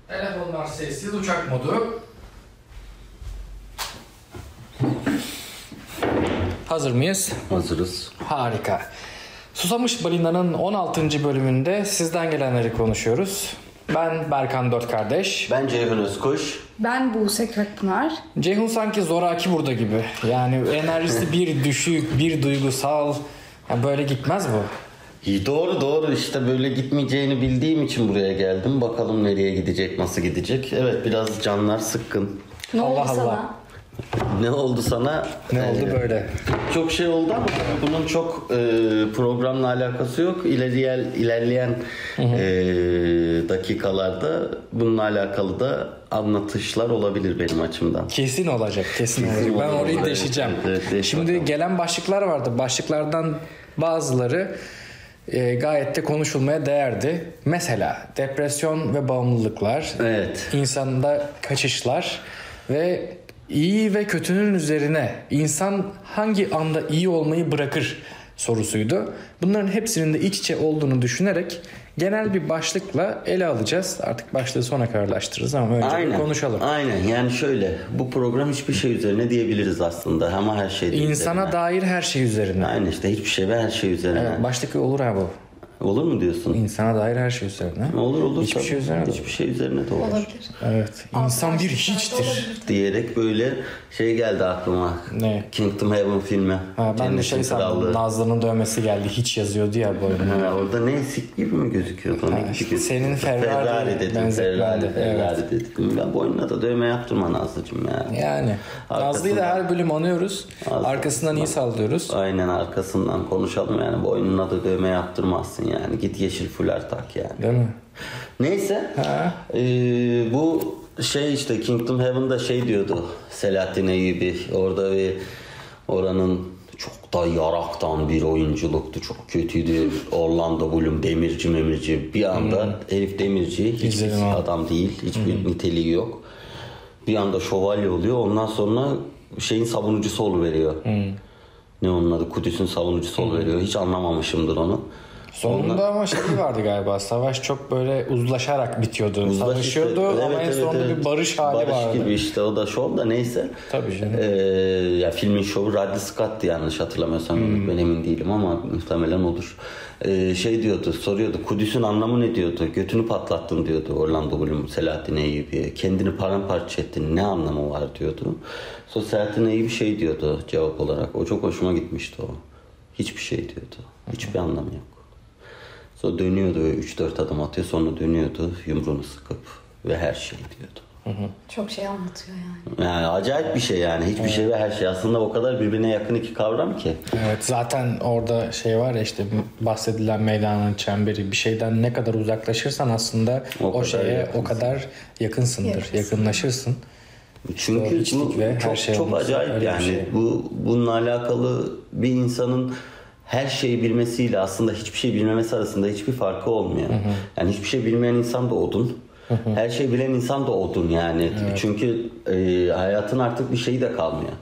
Telefonlar sessiz, uçak modu. Hazır mıyız? Hazırız. Harika. Susamış Balina'nın 16. bölümünde sizden gelenleri konuşuyoruz. Ben Berkan Dört Kardeş. Ben Ceyhun Özkuş. Ben Buse Kökpınar. Ceyhun sanki zoraki burada gibi. Yani enerjisi bir düşük, bir duygusal. Yani böyle gitmez bu. Doğru işte böyle gitmeyeceğini bildiğim için buraya geldim. Bakalım nereye gidecek, nasıl gidecek. Evet, biraz canlar sıkkın. Ne oldu Allah sana? Allah. Ne oldu sana? Ne oldu böyle? Çok şey oldu ama bunun çok programla alakası yok. İlerleyen dakikalarda bununla alakalı da anlatışlar olabilir benim açımdan. Kesin olacak, kesin olacak. Ben olur. orayı deşeceğim. Evet, Şimdi bakalım. gelen başlıklar vardı. Başlıklardan bazıları gayet de konuşulmaya değerdi. Mesela depresyon ve bağımlılıklar, Evet. insanda kaçışlar ve iyi ve kötünün üzerine insan hangi anda iyi olmayı bırakır sorusuydu. Bunların hepsinin de iç içe olduğunu düşünerek genel bir başlıkla ele alacağız. Artık başlığı sona kararlaştırırız ama önce bir konuşalım. Aynen, yani şöyle, bu program hiçbir şey üzerine diyebiliriz aslında ama her şey üzerine. İnsana dair her şey üzerine. Aynen işte, hiçbir şey ve her şey üzerine. Evet, başlık olur ha bu. Olur mu diyorsun? İnsana dair her şey üzerine. Olur. Hiçbir tabii. şey üzerine de Hiçbir şey üzerine de olur. Olabilir. Evet. İnsan bir hiçtir. Diyerek böyle şey geldi aklıma. Ne? Kingdom Heaven filmi. Ha, ben de Cennetin sandım. Krallığı. Nazlı'nın dövmesi geldi. Hiç yazıyordu ya boynuna. Ha, orada ne sik gibi mi gözüküyordu? işte senin Ferrari dedim. benzetmendi. Ferrari dedim. Ben boynuna da dövme yaptırma Nazlı'cığım ya. Yani. Nazlı'yı da her bölüm anıyoruz. Arkasından iyi sallıyoruz. Aynen, arkasından konuşalım yani. Boynuna da dövme yaptırmazsın yani. Git yeşil fular tak yani. Değil mi? Neyse. Bu şey işte Kingdom Heaven'da şey diyordu Selahattin Eyyubi. Orada bir oranın çok da yaraktan bir oyunculuktu. Çok kötüydü. Orlando Bloom demirci. Bir anda Elif Demirci hiçbir İzledim adam değil. Hiçbir niteliği yok. Bir anda şövalye oluyor. Ondan sonra şeyin savunucusu oluveriyor. Ne onun adı? Kudüs'ün savunucusu oluveriyor. Hiç anlamamışımdır onu. Sonunda ama şey vardı galiba. Savaş çok böyle uzlaşarak bitiyordu. Savaşıyordu işte. ama en sonunda bir barış hali vardı. Barış gibi işte, o da şov da neyse. Tabii canım. Ya filmin şovu Ridley Scott'tı yanlış hatırlamıyorsam. Ben emin değilim ama muhtemelen odur. Şey diyordu, soruyordu. Kudüs'ün anlamı ne diyordu? Götünü patlattın diyordu Orlando Bloom Selahattin Eyyubi'ye. Kendini paramparça ettin, ne anlamı var diyordu. Sonra Selahattin Eyyubi şey diyordu cevap olarak. O çok hoşuma gitmişti o. Hiçbir şey diyordu. Hiçbir anlamı yok. Sonra dönüyordu, 3-4 adım atıyor, sonra dönüyordu yumruğunu sıkıp ve her şey diyordu. Çok şey anlatıyor yani. Yani acayip bir şey yani, hiçbir şey ve her şey aslında o kadar birbirine yakın iki kavram ki. Evet, zaten orada şey var ya, işte bahsedilen meydanın çemberi, bir şeyden ne kadar uzaklaşırsan aslında o şeye yakınsın. o kadar yakınsındır, yakınlaşırsın. Çünkü İşte bu ve her çok, şey çok olması acayip öyle bir yani şey. bununla alakalı bir insanın her şeyi bilmesiyle aslında hiçbir şey bilmemesi arasında hiçbir farkı olmuyor. Yani hiçbir şey bilmeyen insan da odun. Her şey bilen insan da odun yani. Evet. Çünkü hayatın artık bir şeyi de kalmıyor.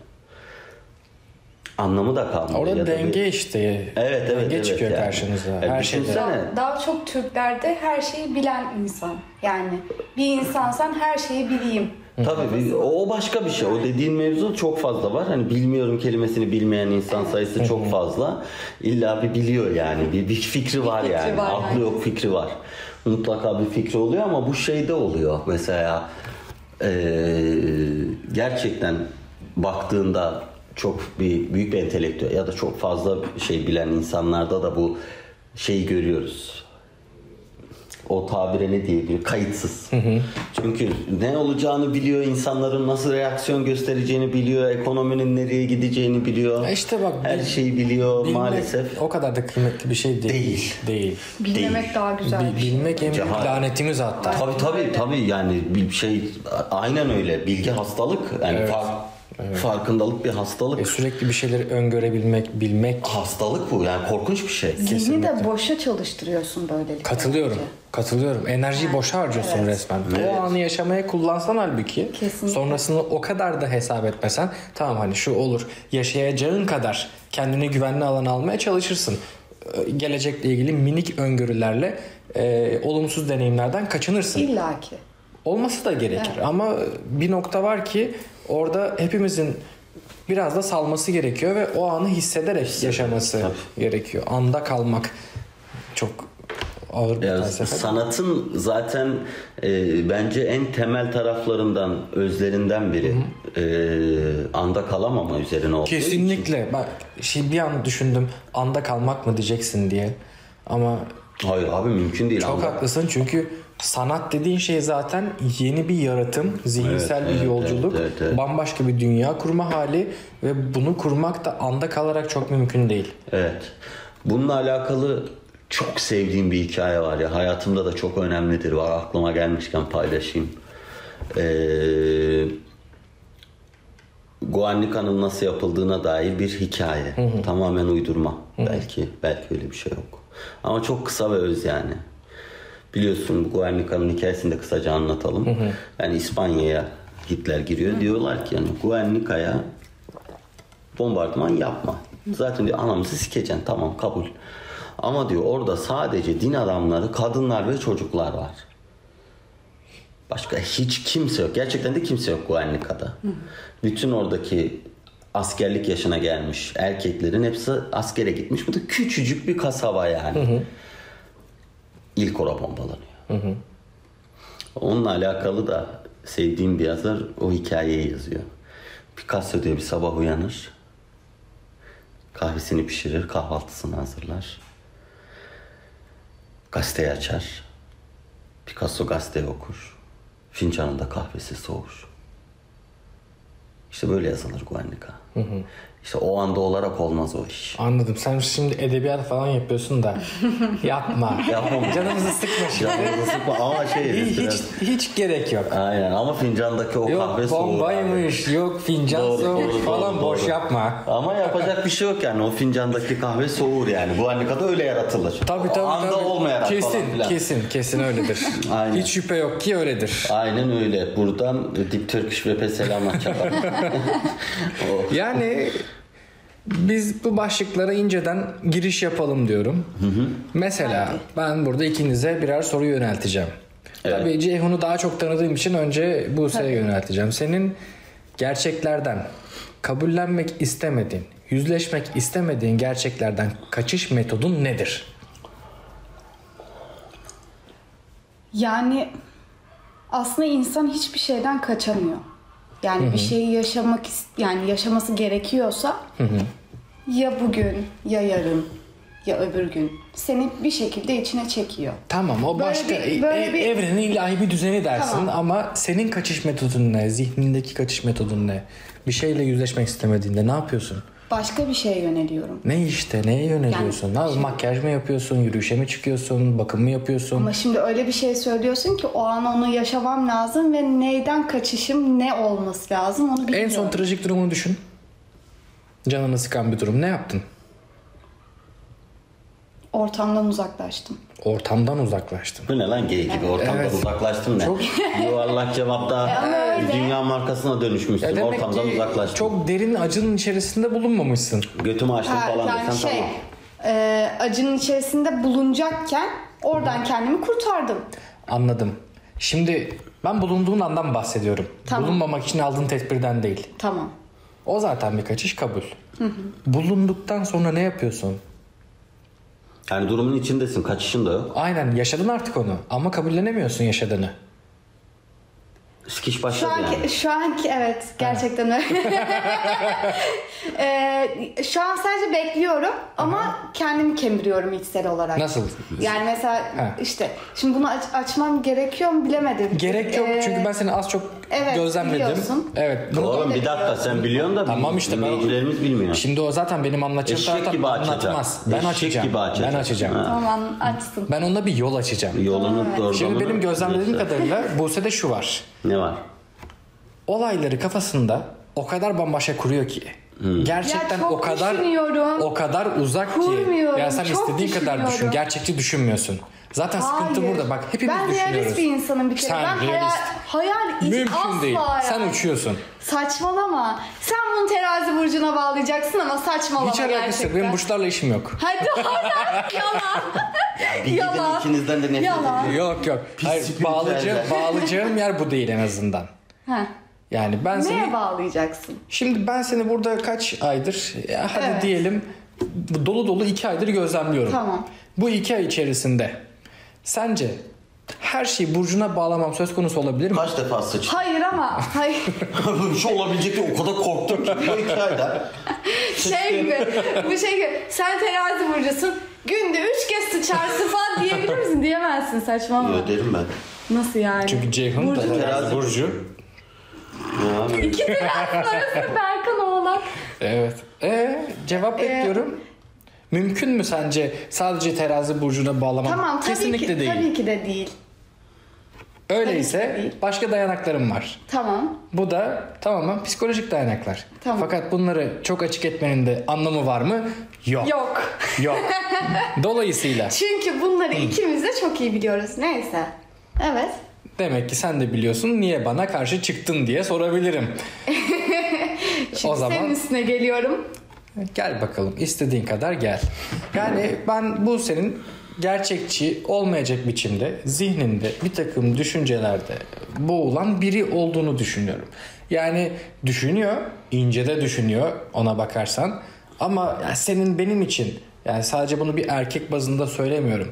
Anlamı da kalmıyor. Orada ya denge işte. Evet, denge çıkıyor yani. karşınıza. Her şeyde. Daha çok Türklerde her şeyi bilen insan. Yani bir insansan her şeyi bileyim. Tabii o başka bir şey. O dediğin mevzu çok fazla var. Hani bilmiyorum kelimesini bilmeyen insan sayısı çok fazla. İlla bir biliyor yani. Bir fikri var yani. Aklı yok, fikri var. Mutlaka bir fikri oluyor ama bu şeyde oluyor. Mesela gerçekten baktığında çok büyük bir entelektüel ya da çok fazla şey bilen insanlarda da bu şeyi görüyoruz. O tabire ne diyebilir? Kayıtsız. Çünkü ne olacağını biliyor, insanların nasıl reaksiyon göstereceğini biliyor, ekonominin nereye gideceğini biliyor. İşte bak, her şeyi biliyor bilmek maalesef. O kadar da kıymetli bir şey değil. Bilmemek daha güzel bir şey. Bilmek en büyük lanetimiz hatta. Tabii yani bir şey aynen öyle. Bilgi hastalık. Yani farkındalık bir hastalık. Sürekli bir şeyleri öngörebilmek, bilmek. Hastalık bu. Yani korkunç bir şey. Zihni de boşa çalıştırıyorsun böylelikle. Katılıyorum. Enerjiyi boşa harcıyorsun resmen. Evet. O anı yaşamaya kullansan halbuki sonrasını o kadar da hesap etmesen, tamam hani şu olur, yaşayacağın kadar kendini güvenli alana almaya çalışırsın. Gelecekle ilgili minik öngörülerle olumsuz deneyimlerden kaçınırsın. İlla ki. Olması da gerekir. Evet. Ama bir nokta var ki orada hepimizin biraz da salması gerekiyor ve o anı hissederek yaşaması gerekiyor. Anda kalmak çok ağır bir felsefe. Sanatın zaten bence en temel taraflarından, özlerinden biri anda kalamama üzerine olduğu için. Kesinlikle. Bak bir an düşündüm anda kalmak mı diyeceksin diye. Ama hayır abi, mümkün değil. çok haklısın çünkü sanat dediğin şey zaten yeni bir yaratım, zihinsel bir yolculuk, evet. bambaşka bir dünya kurma hali ve bunu kurmak da anda kalarak çok mümkün değil. Evet. Bununla alakalı çok sevdiğim bir hikaye var ya. Hayatımda da çok önemlidir. Var, aklıma gelmişken paylaşayım. Guernica'nın nasıl yapıldığına dair bir hikaye. Tamamen uydurma. Belki öyle bir şey yok. Ama çok kısa ve öz yani. Biliyorsun bu Guernica'nın hikayesini de kısaca anlatalım. Yani İspanya'ya Hitler giriyor. Diyorlar ki yani Guernica'ya bombardıman yapma. Zaten diyor anamızı sikeceksin. Tamam, kabul. Ama diyor orada sadece din adamları, kadınlar ve çocuklar var. Başka hiç kimse yok. Gerçekten de kimse yok Guernica'da. Bütün oradaki askerlik yaşına gelmiş erkeklerin hepsi askere gitmiş. Bu da küçücük bir kasaba yani. İlk orada bombalanıyor. Onunla alakalı da sevdiğim bir yazar o hikayeyi yazıyor. Picasso diyor bir sabah uyanır. Kahvesini pişirir, kahvaltısını hazırlar. Gazeteyi açar. Picasso gazeteyi okur. Fincanında kahvesi soğur. İşte böyle yazılır Guernica. İşte o anda olarak olmaz o iş. Anladım. Sen şimdi edebiyat falan yapıyorsun da yapma. Yapmam. Canımızı sıkma şimdi. Canımızı sıkma ama Hiç gerek yok. Aynen, ama fincandaki o kahve Yok soğur. bombaymış, yok fincan soğuk falan boş yapma. Ama yapacak bir şey yok yani. O fincandaki kahve soğur yani. Guernica'da öyle yaratılır. Tabii. O anda olmayarak falan filan. Kesin öyledir. Aynen. Hiç şüphe yok ki öyledir. Aynen öyle. Buradan Deep Turkish Web'e selamlar çakar. Yani biz bu başlıklara inceden giriş yapalım diyorum. Mesela ben burada ikinize birer soru yönelteceğim. Evet. Tabii Ceyhun'u daha çok tanıdığım için önce Buse'ye yönelteceğim. Senin gerçeklerden kabullenmek istemediğin, yüzleşmek istemediğin gerçeklerden kaçış metodun nedir? Yani aslında insan hiçbir şeyden kaçamıyor. Yani bir şeyi yaşaması gerekiyorsa ya bugün ya yarın ya öbür gün seni bir şekilde içine çekiyor. Tamam, o Böyle başka bir- evrenin ilahi bir düzeni dersin, Tamam. ama senin kaçış metodun ne? Zihnindeki kaçış metodun ne? Bir şeyle yüzleşmek istemediğinde ne yapıyorsun? Başka bir şeye yöneliyorum. Ne işte? Neye yöneliyorsun? Yani şimdi- makyaj mı yapıyorsun? Yürüyüşe mi çıkıyorsun? Bakım mı yapıyorsun? Ama şimdi öyle bir şey söylüyorsun ki o an onu yaşamam lazım ve neyden kaçışım ne olması lazım onu bilmiyorum. En son trajik durumunu düşün. Canını sıkan bir durum. Ne yaptın? Ortamdan uzaklaştım. Ortamdan uzaklaştın. Bu ne lan, gay gibi ortamdan Evet. uzaklaştım ne? Çok- Yuvarlak cevapta öyle. dünya markasına dönüşmüşsün. Demek Ortamdan ki uzaklaştım. çok derin acının içerisinde bulunmamışsın. Götümü açtım falan Yani desen tamam. acının içerisinde bulunacakken oradan kendimi kurtardım. Anladım. Şimdi ben bulunduğun andan bahsediyorum. Tamam. Bulunmamak için aldığın tedbirden değil. Tamam. O zaten bir kaçış, kabul. Bulunduktan sonra ne yapıyorsun? Yani durumun içindesin, kaçışın da yok. Aynen, yaşadın artık onu ama kabullenemiyorsun yaşadığını. Sikiş başladı yani. Şu anki evet gerçekten öyle. Şu an sadece bekliyorum ama kendimi kemiriyorum içsel olarak. Nasıl? Yani mesela Ha. işte şimdi bunu açmam gerekiyor mu bilemedim. Gerek yok çünkü ben seni az çok evet, gözlemledim. biliyorsun. Evet. Oğlum bir dakika, sen biliyorsun da Tamam işte ben- dinleyicilerimiz bilmiyor. Şimdi o zaten benim anlatacağım Eşek taraftan gibi açacak. anlatmaz. Ben Eşek açacağım. gibi açacak. Ben açacağım. Ha. Tamam açsın. Ben ona bir yol açacağım. Yolunu doğru. Şimdi benim gözlemlediğim kadarıyla Buse'de şu var. Ne var? Olayları kafasında o kadar bambaşka kuruyor ki. Gerçekten Ya çok o kadar uzak ki. Kurmuyorum, Ya sen çok istediğin kadar düşün. düşünüyorum. Gerçekçi düşünmüyorsun. Zaten sıkıntı Hayır. burada. Bak hepimiz ben düşünüyoruz. realist bir insanım bir kere. Sen Ben realist. hayal Mümkün asla değil. yani. Sen uçuyorsun. Saçmalama. Sen bunu terazi burcuna bağlayacaksın ama saçmalama Hiç alakası yok. gerçekten. Benim burçlarla işim yok. Hadi hala yalan. Ya bir Yalan. gidin ikinizden de nefret Yalan. ediyorum. Yok. Hayır, spiritüeller. bağlayacağım yer bu değil en azından. Heh. Yani ben Neye seni... bağlayacaksın? Şimdi ben seni burada kaç aydır, ya hadi Evet. diyelim dolu dolu 2 aydır gözlemliyorum. Tamam. Bu 2 ay içerisinde sence her şeyi burcuna bağlamam söz konusu olabilir mi? Kaç defa sıçtın? Hayır ama hayır. Böyle bir şey olabilecek diye o kadar korktum ki. Bu 2 ayda. Şey gibi, bu şey gibi. Sen terazi burcusun. Günde 3 kez sıçarsın falan diyebilir misin? Diyemezsin, saçmalama. Yo derim ben. Nasıl yani? Çünkü Ceyhun da Burcu- terazi burcu. Ya, İki terazi arasında Berkan Oğlak. Evet. Cevap bekliyorum. Mümkün mü sence sadece terazi burcuna bağlamam? Tamam, tabii Kesinlikle ki, değil. tabii ki de değil. Öyleyse tabii ki değil. başka dayanaklarım var. Tamam. Bu da tamamen psikolojik dayanaklar. Tamam. Fakat bunları çok açık etmenin de anlamı var mı? Yok. Yok. Yok. Dolayısıyla Çünkü bunları ikimiz de çok iyi biliyoruz. Neyse. Evet. demek ki sen de biliyorsun, niye bana karşı çıktın diye sorabilirim. Şimdi O zaman- senin üstüne geliyorum. Gel bakalım, istediğin kadar gel. Yani ben bu senin gerçekçi olmayacak biçimde zihninde bir takım düşüncelerde boğulan biri olduğunu düşünüyorum. Yani düşünüyor, ince de düşünüyor ona bakarsan. Ama yani senin benim için, yani sadece bunu bir erkek bazında söylemiyorum.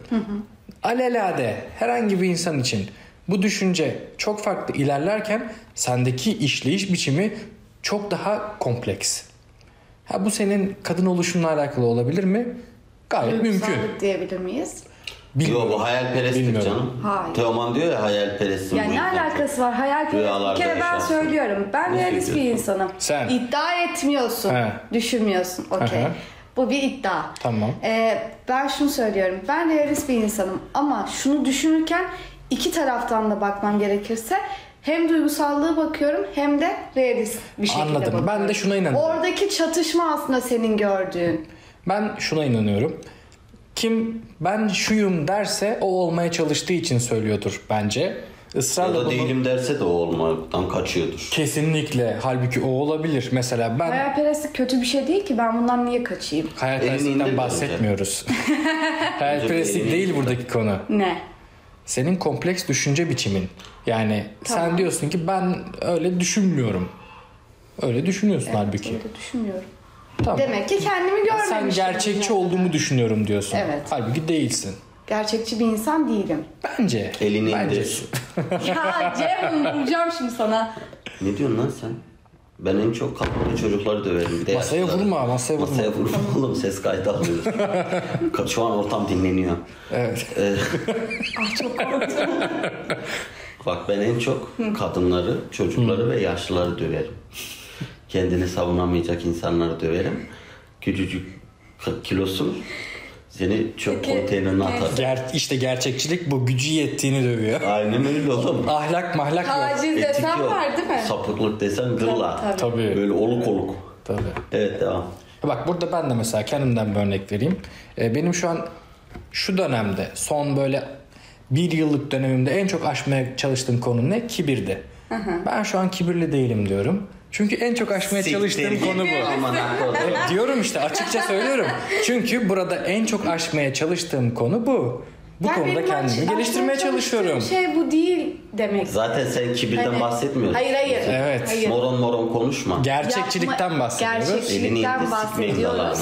Alelade herhangi bir insan için bu düşünce çok farklı ilerlerken sendeki işleyiş biçimi çok daha kompleks. Ha, bu senin kadın oluşunla alakalı olabilir mi? Gayet mümkün. Duygusallık diyebilir miyiz? Yo bu hayalperestlik Bilmiyorum. canım. Hayır. Teoman diyor ya hayalperestsin. Yani bu ne yüzden. alakası var? Hayalperest. Bir Rüyalarda kere ben yaşarsın. söylüyorum. Ben Ne realist bir söylüyorsun? insanım. Sen. İddia etmiyorsun. He. Düşünmüyorsun. Okey. Aha. Bu bir iddia. Tamam. Ben şunu söylüyorum. Ben realist bir insanım. Ama şunu düşünürken iki taraftan da bakmam gerekirse hem duygusallığı bakıyorum hem de realist bir şekilde Anladım. bakıyorum. Ben de şuna inanıyorum. Oradaki çatışma aslında senin gördüğün. Ben şuna inanıyorum. Kim ben şuyum derse o olmaya çalıştığı için söylüyordur bence. Ya Israrla da bunu değilim derse de o olmaktan kaçıyordur. kesinlikle, halbuki o olabilir. Mesela ben Hayalperestlik kötü bir şey değil ki. Ben bundan niye kaçayım? Elini hayalperestlikten indir bahsetmiyoruz. Hayalperestlik Elini değil indir. buradaki konu. Ne? Senin kompleks düşünce biçimin. Yani sen Tamam. diyorsun ki ben öyle düşünmüyorum. Öyle düşünüyorsun halbuki. Öyle düşünmüyorum. Tamam. Demek ki kendimi görmemişim. Sen gerçekçi olduğumu düşünüyorum diyorsun. Evet. Halbuki değilsin. Gerçekçi bir insan değilim. Bence. Elini bence. indir. Ya Cem, vuracağım şimdi sana. Ne diyorsun lan sen? Ben en çok kadınlı çocukları döverim. Bir de Masaya yaşlıları. vurma, masaya vurma. Masaya vurma oğlum, ses kaydı alıyoruz. Şu an ortam dinleniyor. Evet. Ah çok korktum. Bak ben en çok kadınları, çocukları ve yaşlıları döverim. Kendini savunamayacak insanları döverim. Küçücük kilosun seni çöp Peki, konteynerine atar. İşte gerçekçilik bu, gücü yettiğini dövüyor. Aynen öyle oğlum. Ahlak mahlak yok. Taciz Etik desem yok. var değil mi? Sapıklık desen gırla. Tabii. Tabii. Böyle oluk oluk. Tabii. Evet devam. Bak burada ben de mesela kendimden bir örnek vereyim. Benim şu an şu dönemde son böyle bir yıllık dönemimde en çok aşmaya çalıştığım konu ne? Kibirdi. Ben şu an kibirli değilim diyorum. Çünkü en çok aşmaya çalıştığım konu bu. Aman haklı. Diyorum işte, açıkça söylüyorum. Çünkü burada en çok aşmaya çalıştığım konu bu. Bu Yani konuda benim kendimi geliştirmeye aslında çalışıyorum. çalıştığım şey bu değil demek. Zaten sen kibirden Hani- bahsetmiyorsun. Hayır. Evet. Hayır. Moron moron konuşma. Gerçekçilikten bahsediyoruz. Elini Gerçekçilikten indir sikmeyin bahsediyoruz. dalarını.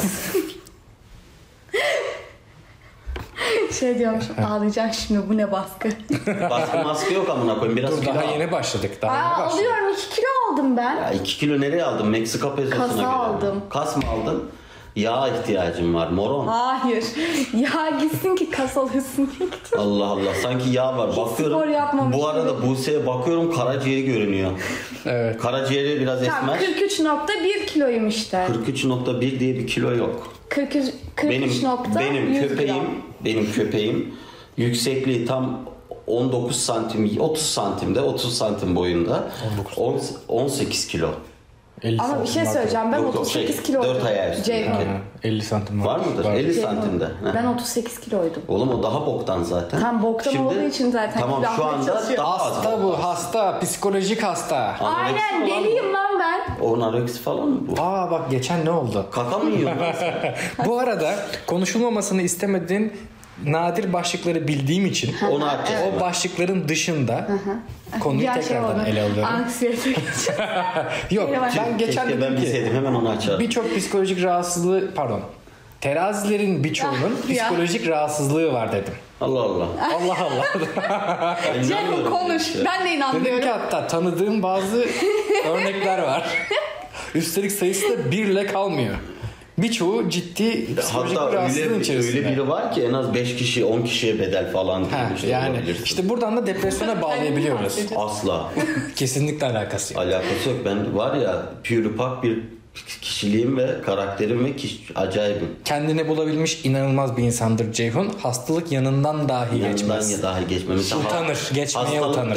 Şey diyormuş, ağlayacağım şimdi, bu ne baskı. Baskı maske yok amına koyayım. Biraz Dur, kilo daha al. yeni başladık. Daha yeni başladık. Alıyorum, 2 kilo aldım ben. Ya 2 kilo nereye aldın? Meksika pesosuna Kasa göre. aldım. Kas mı aldın? Yağ ihtiyacım var moron. Hayır. Ya gitsin ki kas alırsın. Allah Allah, sanki yağ var. Bakıyorum. spor yapmamış Bu arada Buse'ye bakıyorum, karaciğeri görünüyor. Evet. Karaciğeri biraz Tamam, esmer. 43.1 kiloyum işte. 43.1 diye bir kilo yok. 43.100 Benim köpeğim yüksekliği tam 19 santim, 30 santimde, 30 santim boyunda. 18 kilo. 50 Ama bir şey santim var. söyleyeceğim, ben Yok, 38 şey, kiloydum. dört ayağı üstü. Ceyhun. Ha, 50 santim Var mıdır? 50 santimde. Heh. Ben 38 kiloydum. Oğlum o daha boktan zaten. Tam boktan olduğu için zaten Tamam kilo şu almaya anda çalışıyor. daha az Hasta bu, hasta. Psikolojik hasta. Aynen, Anoreksi olan deliyim lan ben. bu. Anoreksi falan mı bu? Aa bak, geçen ne oldu? Kaka mı yiyorsun lan sen? Bu arada konuşulmamasını istemediğin nadir başlıkları bildiğim için Onu açacağız. o başlıkların dışında konuyu tekrardan ele alıyorum. Anksiyete Yok ben geçen Keşke ben dedim ki bilseydim hemen onu açardım. birçok psikolojik rahatsızlığı terazilerin birçoğunun Ya. psikolojik rahatsızlığı var dedim. Allah Allah. Allah Allah. Ben Ceyhun inanmıyorum konuş. böyle bir şeye. Ben de Dedim inanmıyorum. ki hatta tanıdığım bazı örnekler var. Üstelik sayısı da 1 ile kalmıyor. Birçoğu ciddi psikolojik bir Hatta rahatsızlığın içerisinde. öyle biri var ki en az 5 kişi 10 kişiye bedel falan Ha, demişler, yani olabilirsin. işte buradan da depresyona bağlayabiliyoruz. Asla. Kesinlikle alakası yok. Alakası yok. Ben var ya pürüpak bir kişiliğim ve karakterim ve acayibim. Kendini bulabilmiş inanılmaz bir insandır Ceyhun. Hastalık yanından dahi Yanından geçmez. ya dahi geçmemiz. Utanır, geçmeye Hastalık utanır. De.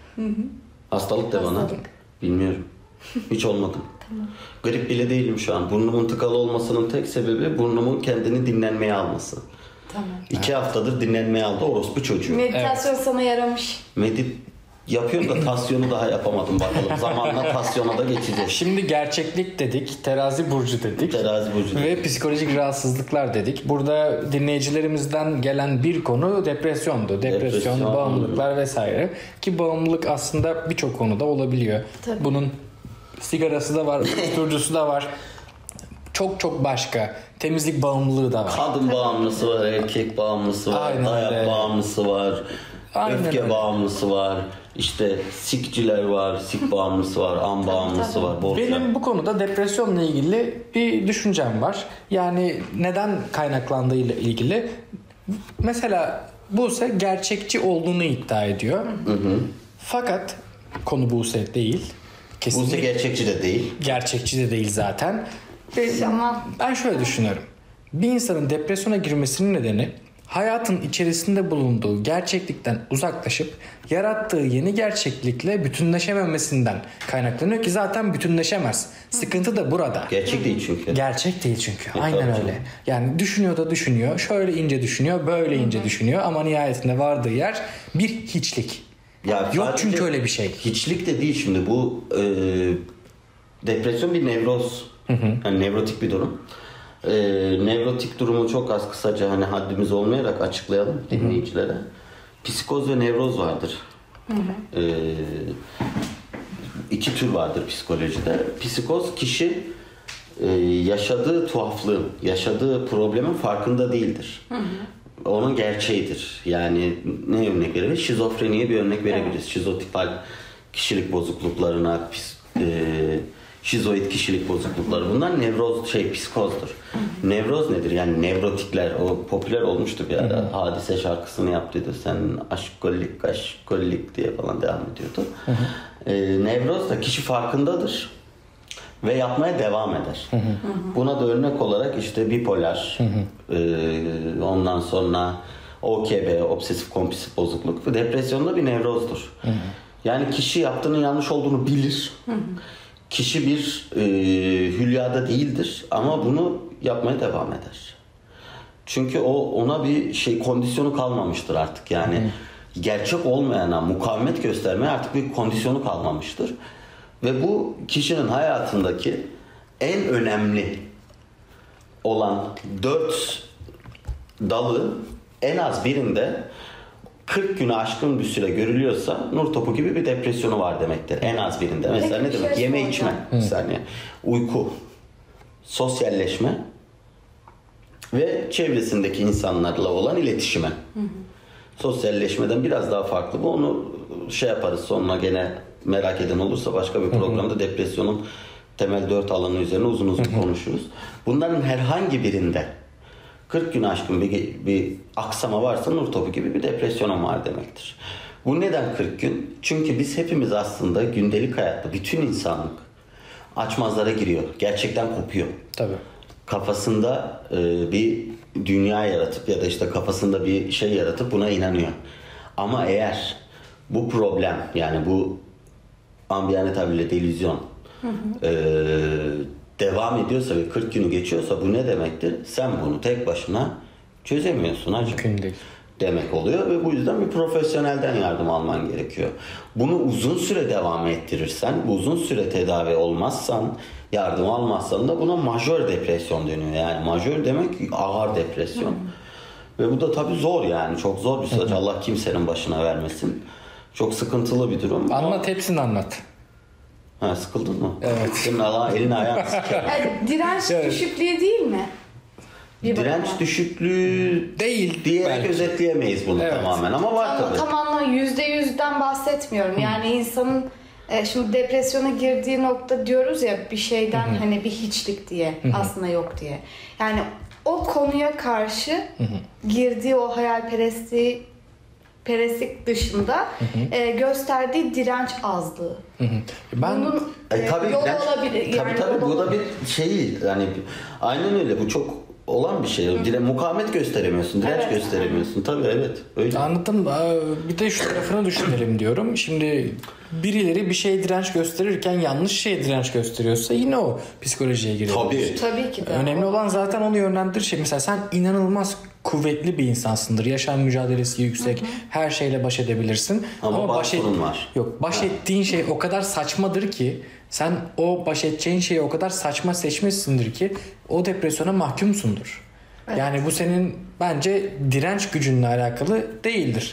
Hastalık de bana. Bilmiyorum. Hiç olmadım. Grip bile değilim şu an. Burnumun tıkalı olmasının tek sebebi burnumun kendini dinlenmeye alması. Tamam. 2 haftadır dinlenmeye aldı orospu çocuğu. Meditasyon sana yaramış. Yapıyorum da tasyonu daha yapamadım bakalım. Zamanla tasyona da geçeceğiz. Şimdi gerçeklik dedik, terazi burcu dedik. Terazi burcu. Ve psikolojik rahatsızlıklar dedik. Burada dinleyicilerimizden gelen bir konu depresyondu. Depresyon, bağımlılıklar vesaire. Ki bağımlılık aslında birçok konuda olabiliyor. Tabii. Bunun sigarası da var, uyuşturucusu da var. Çok başka. Temizlik bağımlılığı da var. Kadın bağımlısı var, erkek bağımlısı var, Aynen dayak öyle. bağımlısı var, Aynen öfke öyle. bağımlısı var, işte sikciler var, sik bağımlısı var, an bağımlısı var. Bolca. Benim bu konuda depresyonla ilgili bir düşüncem var. Yani neden kaynaklandığıyla ilgili. Mesela Buse gerçekçi olduğunu iddia ediyor. Fakat konu Buse değil. Buse Kesinlikle gerçekçi de değil. gerçekçi de değil zaten. Ama Ben şöyle düşünüyorum. Bir insanın depresyona girmesinin nedeni hayatın içerisinde bulunduğu gerçeklikten uzaklaşıp yarattığı yeni gerçeklikle bütünleşememesinden kaynaklanıyor ki zaten bütünleşemez. Sıkıntı da burada. Gerçek değil çünkü. Gerçek değil çünkü. tabii Aynen canım. öyle. Yani düşünüyor da düşünüyor. Şöyle ince düşünüyor, böyle ince düşünüyor ama nihayetinde vardığı yer bir hiçlik. Ya Yok sadece çünkü öyle bir şey. Hiçlik de değil şimdi bu depresyon bir nevroz. Yani nevrotik bir durum. Nevrotik durumu çok az kısaca hani haddimiz olmayarak açıklayalım dinleyicilere. Psikoz ve nevroz vardır. İki tür vardır psikolojide. Psikoz kişi yaşadığı tuhaflığın, yaşadığı problemin farkında değildir. Onun gerçeğidir. Yani ne örnek verebiliriz? Şizofreniye bir örnek verebiliriz. Şizotipal kişilik bozukluklarına, şizoid kişilik bozuklukları. Bunlar psikozdur. Nevroz nedir? Yani nevrotikler, o popüler olmuştu bir ara. Hadise şarkısını yaptıydı. Sen aşkolik diye falan devam ediyordu. Nevroz da kişi farkındadır ve yapmaya devam eder. Buna da örnek olarak işte bipolar, ondan sonra OKB, obsesif kompulsif bozukluk ve depresyonda bir nevrozdur. Yani kişi yaptığının yanlış olduğunu bilir. Kişi bir hülyada değildir ama bunu yapmaya devam eder. Çünkü ona bir kondisyonu kalmamıştır artık. Yani gerçek olmayana mukavemet göstermeye artık bir kondisyonu kalmamıştır. Ve bu kişinin hayatındaki en önemli olan 4 dalı en az birinde 40 güne aşkın bir süre görülüyorsa nur topu gibi bir depresyonu var demektir. En az birinde. Mesela ne demek? Yeme içme. Bir saniye. Uyku. Sosyalleşme. Ve çevresindeki insanlarla olan iletişime. Sosyalleşmeden biraz daha farklı bu. Onu yaparız sonra gene merak eden olursa başka bir programda depresyonun temel 4 alanı üzerine uzun uzun konuşuruz. Bunların herhangi birinde 40 gün aşkın bir aksama varsa nur topu gibi bir depresyonum var demektir. Bu neden 40 gün? Çünkü biz hepimiz aslında gündelik hayatta bütün insanlık açmazlara giriyor. Gerçekten kopuyor. Tabii. Kafasında bir dünya yaratıp ya da işte kafasında bir şey yaratıp buna inanıyor. Ama eğer bu problem yani bu ambiyane tabirle delüzyon devam ediyorsa ve 40 günü geçiyorsa bu ne demektir? Sen bunu tek başına çözemiyorsun hacı. Mümkün değil. Demek oluyor ve bu yüzden bir profesyonelden yardım alman gerekiyor. Bunu uzun süre devam ettirirsen, uzun süre tedavi olmazsan, yardım almazsan da buna majör depresyon deniyor. Yani majör demek ağır depresyon. Ve bu da tabii zor yani. Çok zor bir süreç. Allah kimsenin başına vermesin. Çok sıkıntılı bir durum. Anlat, hepsini anlat. Ha, sıkıldın mı? Evet. Senin elini ayağını sikerim. Yani direnç Evet. düşüklüğü değil mi? Direnç düşüklüğü Değil diyerek belki. özetleyemeyiz bunu Evet. tamamen ama var tabii. Tam anlamda %100'den bahsetmiyorum. Yani insanın şimdi depresyona girdiği nokta diyoruz ya, bir şeyden hani bir hiçlik diye, aslında yok diye. Yani o konuya karşı girdiği o hayalperestlik dışında gösterdiği direnç azlığı. Ben Bunun Tabii, yolu direnç- olabilir. tabii bu da bir şeyi yani aynen öyle, bu çok olan bir şey. Mukavemet gösteremiyorsun, direnç Evet. gösteremiyorsun. Tabii evet öyle. anladım. Bir de şu tarafını düşünelim diyorum. Şimdi birileri bir şeye direnç gösterirken yanlış şeye direnç gösteriyorsa yine o psikolojiye giriyor. Tabii ki de. Önemli olan zaten onu yönlendirir şey. Mesela sen inanılmaz kuvvetli bir insansındır. Yaşam mücadelesi yüksek. Her şeyle baş edebilirsin. Ama başvurun var. Yok, baş ettiğin şey o kadar saçmadır ki sen o baş edeceğin şeyi o kadar saçma seçmişsindir ki o depresyona mahkumsundur. Evet. Yani bu senin bence direnç gücünle alakalı değildir.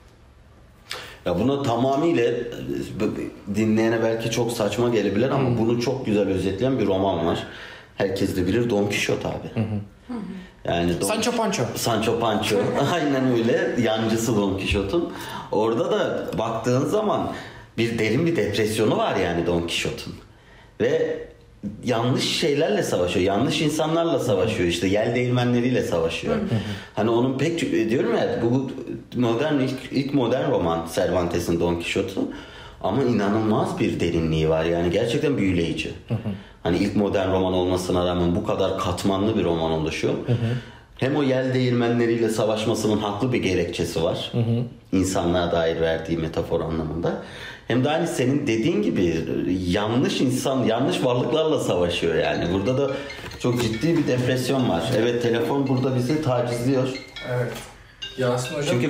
Ya buna tamamıyla dinleyene belki çok saçma gelebilir ama bunu çok güzel özetleyen bir roman var. Herkes de bilir, Don Quixote abi. Yani Sancho Pancho. Sancho Pancho. Aynen öyle. Yancısı Don Quixote'un. Orada da baktığın zaman derin bir depresyonu var yani Don Quixote'un. Ve yanlış şeylerle savaşıyor. Yanlış insanlarla savaşıyor. İşte yel değirmenleriyle savaşıyor. Hani onun pek diyorum ya, bu modern ilk modern roman Cervantes'in Don Quixote'u. Ama inanılmaz bir derinliği var. Yani gerçekten büyüleyici. Hani ilk modern roman olmasına rağmen bu kadar katmanlı bir roman oluşuyor. Hem o yel değirmenleriyle savaşmasının haklı bir gerekçesi var. İnsanlığa dair verdiği metafor anlamında. Hem de aynı senin dediğin gibi yanlış insan, yanlış varlıklarla savaşıyor yani. Burada da çok ciddi bir depresyon var. Evet, telefon burada bizi tacizliyor. Evet. Yasin hocam Çünkü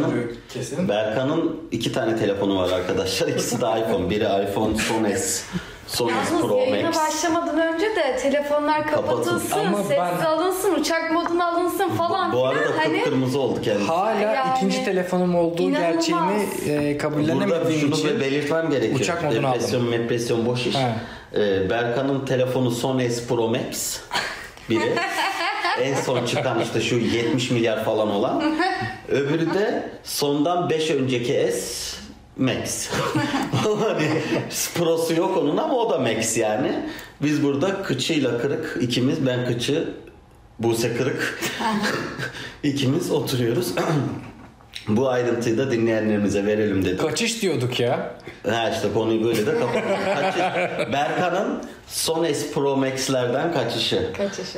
Berkan'ın 2 tane telefonu var arkadaşlar. İkisi de iPhone. Biri iPhone Son S. Son S Yalnız Pro yayına Max. başlamadan önce de telefonlar kapatılsın, Ama sessiz ben- alınsın, uçak moduna alınsın falan Bu arada filan. Hani kıpkırmızı oldu kendisi. Hala Yani ikinci telefonum olduğu inanılmaz. gerçeğini Burada kabullenemediğim şunu için belirtmem gerekiyor. uçak modunu Depresyon, depresyon boş iş. Berkan'ın telefonu Son S Pro Max. Biri. En son çıkan işte şu 70 milyar falan olan. Öbürü de sondan 5 önceki S Max. Hani Pro'su yok onun ama o da Max yani. Biz burada kıçıyla kırık ikimiz, ben kıçı, Buse kırık. İkimiz oturuyoruz. Bu ayrıntıyı da dinleyenlerimize verelim dedim. kaçış diyorduk ya. Ha işte konuyu böyle de kapatalım. Berkan'ın Son S Pro Max'lerden kaçışı.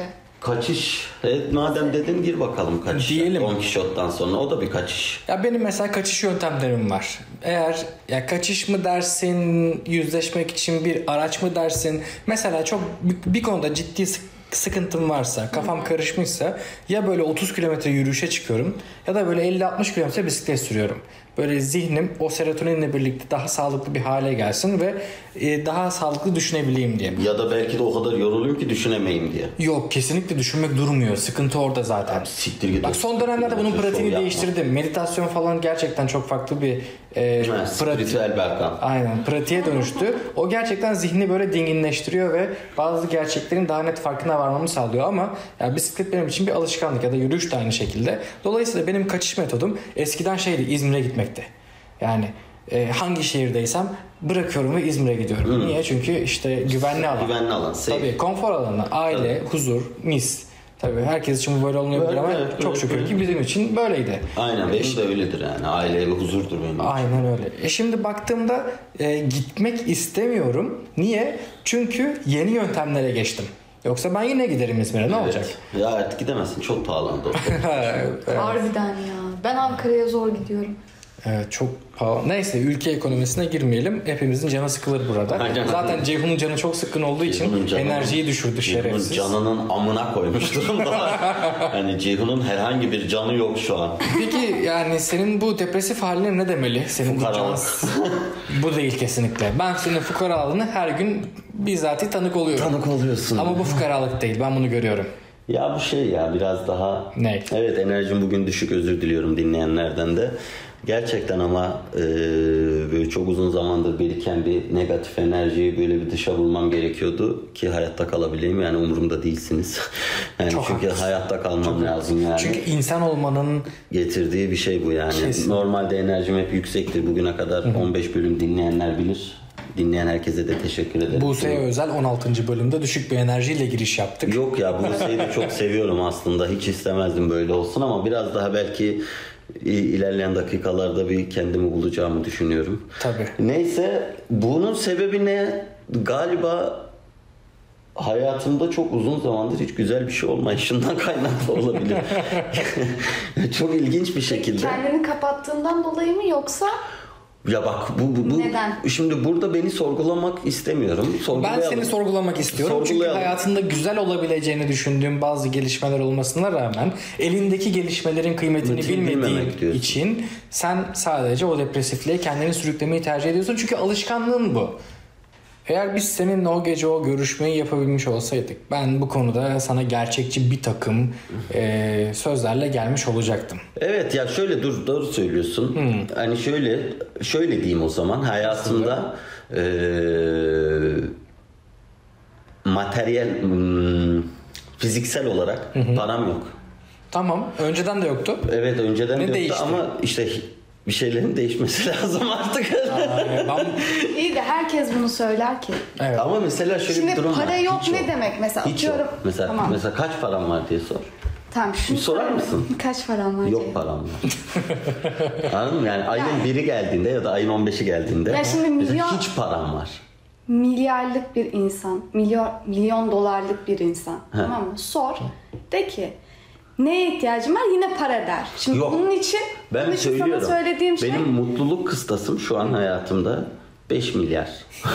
Kaçış. Evet, madem dedin gir bakalım kaçışa. Diyelim. Don Quixote'dan sonra o da bir kaçış. Ya benim mesela kaçış yöntemlerim var. Eğer ya kaçış mı dersin, yüzleşmek için bir araç mı dersin? Mesela çok bir konuda ciddi sıkıntım varsa, kafam karışmışsa ya böyle 30 kilometre yürüyüşe çıkıyorum ya da böyle 50-60 kilometre bisiklet sürüyorum. Böyle zihnim o serotoninle birlikte daha sağlıklı bir hale gelsin ve daha sağlıklı düşünebileyim diye. Ya da belki de o kadar yoruluyum ki düşünemeyim diye. Yok, kesinlikle düşünmek durmuyor. Sıkıntı orada zaten. Siktir git. Bak son dönemlerde bunun Şov pratiğini yapma. değiştirdim. Meditasyon falan gerçekten çok farklı bir Spiritüel Berkan. Aynen, pratiğe dönüştü. O gerçekten zihni böyle dinginleştiriyor ve bazı gerçeklerin daha net farkına varmamı sağlıyor ama ya bisiklet benim için bir alışkanlık ya da yürüyüş de aynı şekilde. Dolayısıyla benim kaçış metodum eskiden şeydi, İzmir'e gitmekti. Yani hangi şehirdeysem bırakıyorum ve İzmir'e gidiyorum. Niye? Çünkü işte güvenli alan. Güvenli alan. Safe. Tabii konfor alanı, aile, huzur, mis. Tabii herkes için bu böyle olmayabilir Böyle, ama evet, çok böyle, şükür böyle. ki bizim için böyleydi. Aynen benim de öyledir yani. Aile ve huzurdur benim. Aynen öyle. Şimdi baktığımda gitmek istemiyorum. Niye? Çünkü yeni yöntemlere geçtim. Yoksa ben yine giderim İzmir'e. Ne olacak? Ya artık gidemezsin. Çok pahalandı o. Harbiden ya. Ben Ankara'ya zor gidiyorum. Evet, çok pahalı. Neyse, ülke ekonomisine girmeyelim. Hepimizin canı sıkılır burada. Aynen. Zaten Ceyhun'un canı çok sıkkın olduğu için Ceyhun'un enerjiyi düşürdü şerefsiz. Canının amına koymuş durumda. Hani Ceyhun'un herhangi bir canı yok şu an. Peki yani senin bu depresif haline ne demeli? Senin bu Fukaralık. bu değil kesinlikle. Ben senin fukaralığını her gün bizzati tanık oluyorum. Tanık oluyorsun. Ama bu fukaralık değil. Ben bunu görüyorum. Ya bu şey ya biraz daha... Ne? Evet, enerjim bugün düşük, özür diliyorum dinleyenlerden de. Gerçekten ama böyle çok uzun zamandır biriken bir negatif enerjiyi böyle bir dışa vurmam gerekiyordu ki hayatta kalabileyim. Yani umurumda değilsiniz. Yani Çok çünkü haklısın. hayatta kalmam lazım yani. Çünkü insan olmanın Getirdiği bir şey bu yani. Kesinlikle. Normalde enerjim hep yüksektir. Bugüne kadar 15 bölüm dinleyenler bilir. Dinleyen herkese de teşekkür ederim. Buse'ye özel 16. bölümde düşük bir enerjiyle giriş yaptık. Yok ya, Buse'yi de çok seviyorum aslında. Hiç istemezdim böyle olsun ama biraz daha belki ilerleyen dakikalarda bir kendimi bulacağımı düşünüyorum. Tabii. Neyse, bunun sebebi ne? Galiba hayatımda çok uzun zamandır hiç güzel bir şey olmayışından kaynaklı olabilir. Çok ilginç bir şekilde. Kendini kapattığından dolayı mı yoksa? Ya bak bu Neden? Şimdi burada beni sorgulamak istemiyorum. Ben seni sorgulamak istiyorum. Çünkü hayatında güzel olabileceğini düşündüğüm bazı gelişmeler olmasına rağmen elindeki gelişmelerin kıymetini bilmediğin için sen sadece o depresifliğe kendini sürüklemeyi tercih ediyorsun. Çünkü alışkanlığın bu. Eğer biz seninle o gece o görüşmeyi yapabilmiş olsaydık ben bu konuda sana gerçekçi bir takım sözlerle gelmiş olacaktım. Evet ya, şöyle doğru söylüyorsun. Hani şöyle diyeyim o zaman, hayatımda materyal fiziksel olarak param yok. Tamam, önceden de yoktu. Evet, önceden de yoktu değişti? ama işte bir şeylerin değişmesi lazım artık. İyi de herkes bunu söyler ki. Evet. Ama mesela şöyle Şimdi bir durum var. para yok Hiç ne demek mesela? Hiç Atıyorum. yok. Mesela, Tamam. mesela kaç param var diye sor. Tamam, şunu Bir sorar sorayım. mısın? Kaç param var? Yok diye. param var. Anladın mı? Yani ayın Yani. 1'i geldiğinde ya da ayın 15'i geldiğinde Ya şimdi mesela milyon- hiç param var. Milyarlık bir insan, milyon dolarlık bir insan. Tamam mı? Sor. De ki neye ihtiyacım var? Yine para der. Şimdi Yok. bunun için Ben söylüyorum. sana söylediğim şey Benim mutluluk kıstasım şu an hayatımda 5 milyar.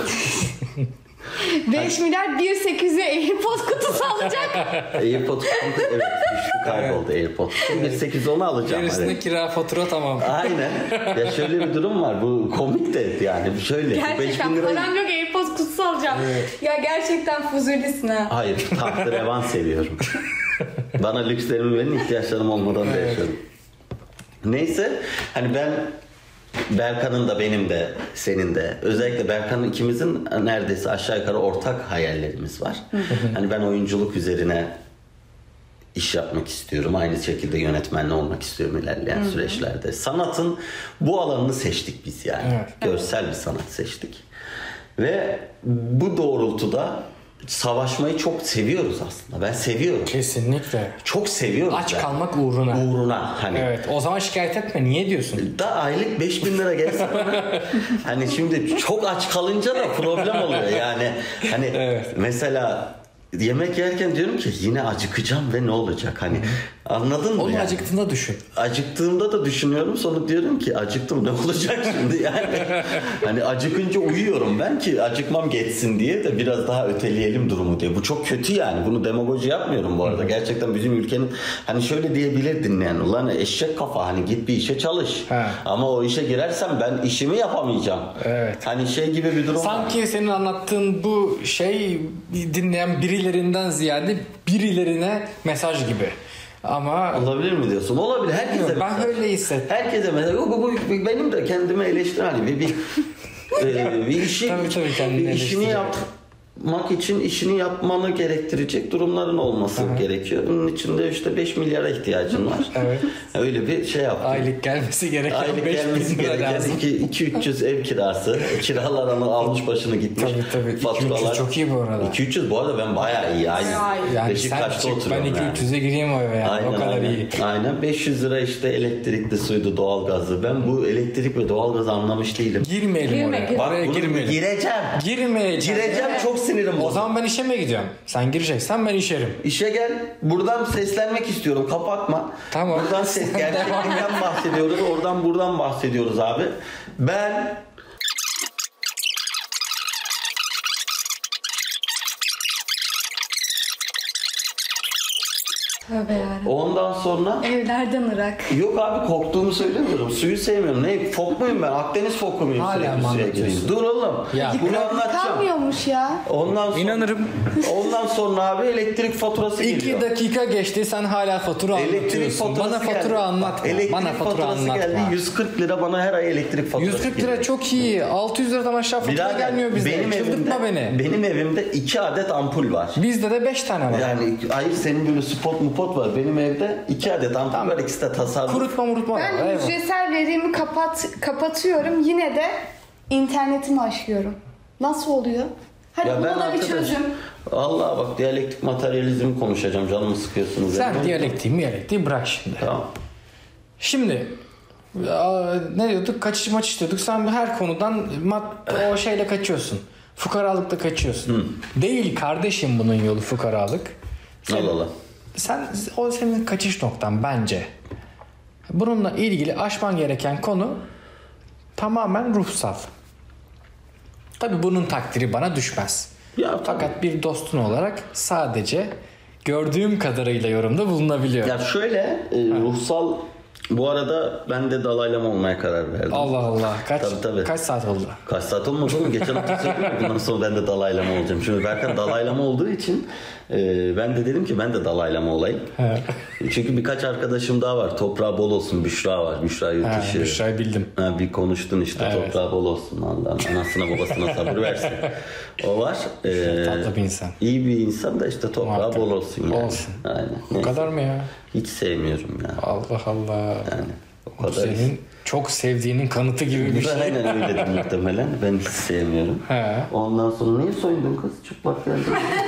5 milyar 1.8'e AirPod kutusu alacak. AirPods evet düştü, kayboldu AirPods. 1.8 onu alacağım. Gerisine Hani. kira fatura tamam. Aynen. Ya şöyle bir durum var. Bu komik de yani. Şöyle. Gerçekten 5.000 param yok, AirPods kutusu alacağım. Ya gerçekten fuzulisin ha. Hayır. Taht-revan seviyorum. Bana lükslerimi verin, ihtiyaçlarım olmadan da yaşıyorum. Neyse. Hani ben Berkan'ın da benim de senin de özellikle Berkan'ın ikimizin neredeyse aşağı yukarı ortak hayallerimiz var. Hani ben oyunculuk üzerine iş yapmak istiyorum. Aynı şekilde yönetmenle olmak istiyorum ilerleyen süreçlerde. Sanatın bu alanını seçtik biz yani. Evet. Görsel bir sanat seçtik. Ve bu doğrultuda savaşmayı çok seviyoruz aslında. Ben seviyorum. Kesinlikle. Çok seviyorum. Aç ben. kalmak uğruna. Uğruna hani. Evet. O zaman şikayet etme. Niye diyorsun? Da aylık 5.000 lira gelse bana hani şimdi çok aç kalınca da problem oluyor yani. Hani Evet. mesela yemek yerken diyorum ki yine acıkacağım ve ne olacak hani, anladın mı? Onu yani? acıktığında düşün. Acıktığımda da düşünüyorum, sonra diyorum ki acıktım ne olacak şimdi yani. Hani acıkınca uyuyorum ben ki acıkmam geçsin diye de biraz daha öteleyelim durumu diye. Bu çok kötü yani, bunu demagoji yapmıyorum bu arada. Gerçekten bizim ülkenin hani şöyle diyebilir dinleyen, ulan eşek kafa hani git bir işe çalış. He. Ama o işe girersem ben işimi yapamayacağım. Evet. Hani şey gibi bir durum var. Sanki senin anlattığın bu şey dinleyen birilerinden ziyade birilerine mesaj gibi. Ama Olabilir mi diyorsun? Olabilir. Herkese ben öyle hissettim. Herkese mesela bu benim de kendime eleştiren hani bir işi Tabii, kendini bir işini eleştirecek. yapmak için işini yapmanı gerektirecek durumların olması gerekiyor. Bunun için de işte 5 milyara ihtiyacın var. Evet. Öyle bir şey yaptım. Aylık gelmesi gereken Aylık 5 gelmesi bin lira gereken lazım. 200-300 ev kirası. Kiralar ama almış başını gitmiş. Tabii. 200 çok iyi bu arada. 200 bu arada ben bayağı iyi. Aynı. Yani Beşiktaş'ta sen çık ben oturuyorum yani. 200'e gireyim o eve yani. O kadar iyi. Aynen 500 lira işte elektrikli suydu, doğalgazı. Ben bu elektrik ve doğalgazı anlamış değilim. Girmeyelim Girme, oraya. girme. Bak Oraya bunu girmeyelim. gireceğim. Gireceğim, çok sinirim O bozuldu. zaman ben işe mi gidiyorum? Sen gireceksen ben işerim. İşe gel. Buradan seslenmek istiyorum. Kapatma. Tamam. Buradan gerçeklikten bahsediyoruz. Buradan bahsediyoruz abi. Ben Tövbe yarabbim. Ondan sonra Evlerden Irak. yok abi korktuğumu söylemiyorum. Suyu sevmiyorum. Ne fok muyum ben? Akdeniz foku muyum? Hala Sürekli mı suya anlatıyorsun? gireyim. Dur oğlum. Ya. Bunu anlatacağım. Kalmıyormuş ya. Ondan sonra, İnanırım. ondan sonra abi elektrik faturası 2 geliyor. dakika geçti sen hala fatura Elektrik anlatıyorsun. faturası Bana fatura geldi. anlatma. Elektrik Bana fatura faturası anlatma. geldi. 140 lira bana her ay elektrik faturası 140 lira geliyor. çok iyi. 600 liradan aşağı fatura Birader, gelmiyor bize. benim Çıldırtma evimde, beni. benim evimde 2 adet ampul var. Bizde de 5 tane var. Yani hayır senin böyle spot mupot var. Benim evde 2 adet ampul var. İkisi de tasarruf. Kurutma Ben var. Eyvallah. hücresel veriğimi kapatıyorum. Yine de internetimi açıyorum. Nasıl oluyor? Hadi Ya buna ben da bir arkadaş, çözüm. Allah bak diyalektik materyalizmi konuşacağım. Canımı sıkıyorsunuz. Sen benim. diyalektiği bırak şimdi. Tamam. Şimdi ne diyorduk? Kaçış maçış diyorduk. Sen her konudan o şeyle kaçıyorsun. Fukaralıkla kaçıyorsun. Değil kardeşim bunun yolu fukaralık. Allah Allah. O senin kaçış noktan bence. Bununla ilgili aşman gereken konu tamamen ruhsal. Tabii bunun takdiri bana düşmez. Ya tabii. Fakat bir dostun olarak sadece gördüğüm kadarıyla yorumda bulunabiliyor. Ya şöyle ruhsal bu arada ben de dalaylama olmaya karar verdim. Allah Allah. Tabii. Kaç saat oldu? Kaç saat olmadı oğlum? Geçen hafta söyledim ya bundan sonra ben de dalaylama olacağım. Şimdi Berkan dalaylama olduğu için ben de dedim ki ben de dalaylama olayım. Çünkü birkaç arkadaşım daha var. Toprağı bol olsun. Büşra var. Büşra Yurtdışı. Büşra'yı bildim. Bir konuştun işte. Evet. Toprağı bol olsun. Allah'ım anasına babasına sabır versin. O var. Tatlı bir insan. İyi bir insan da işte toprağı Muhakkak. bol olsun yani. Olsun. Aynen. Bu Neyse. kadar mı ya? Hiç sevmiyorum ya. Allah Allah. Yani o Bu kadar. senin çok sevdiğinin kanıtı gibi bir şey. Aynen öyledir muhtemelen. Ben hiç sevmiyorum. He. Ondan sonra niye soyundun kız? Çıplak geldin.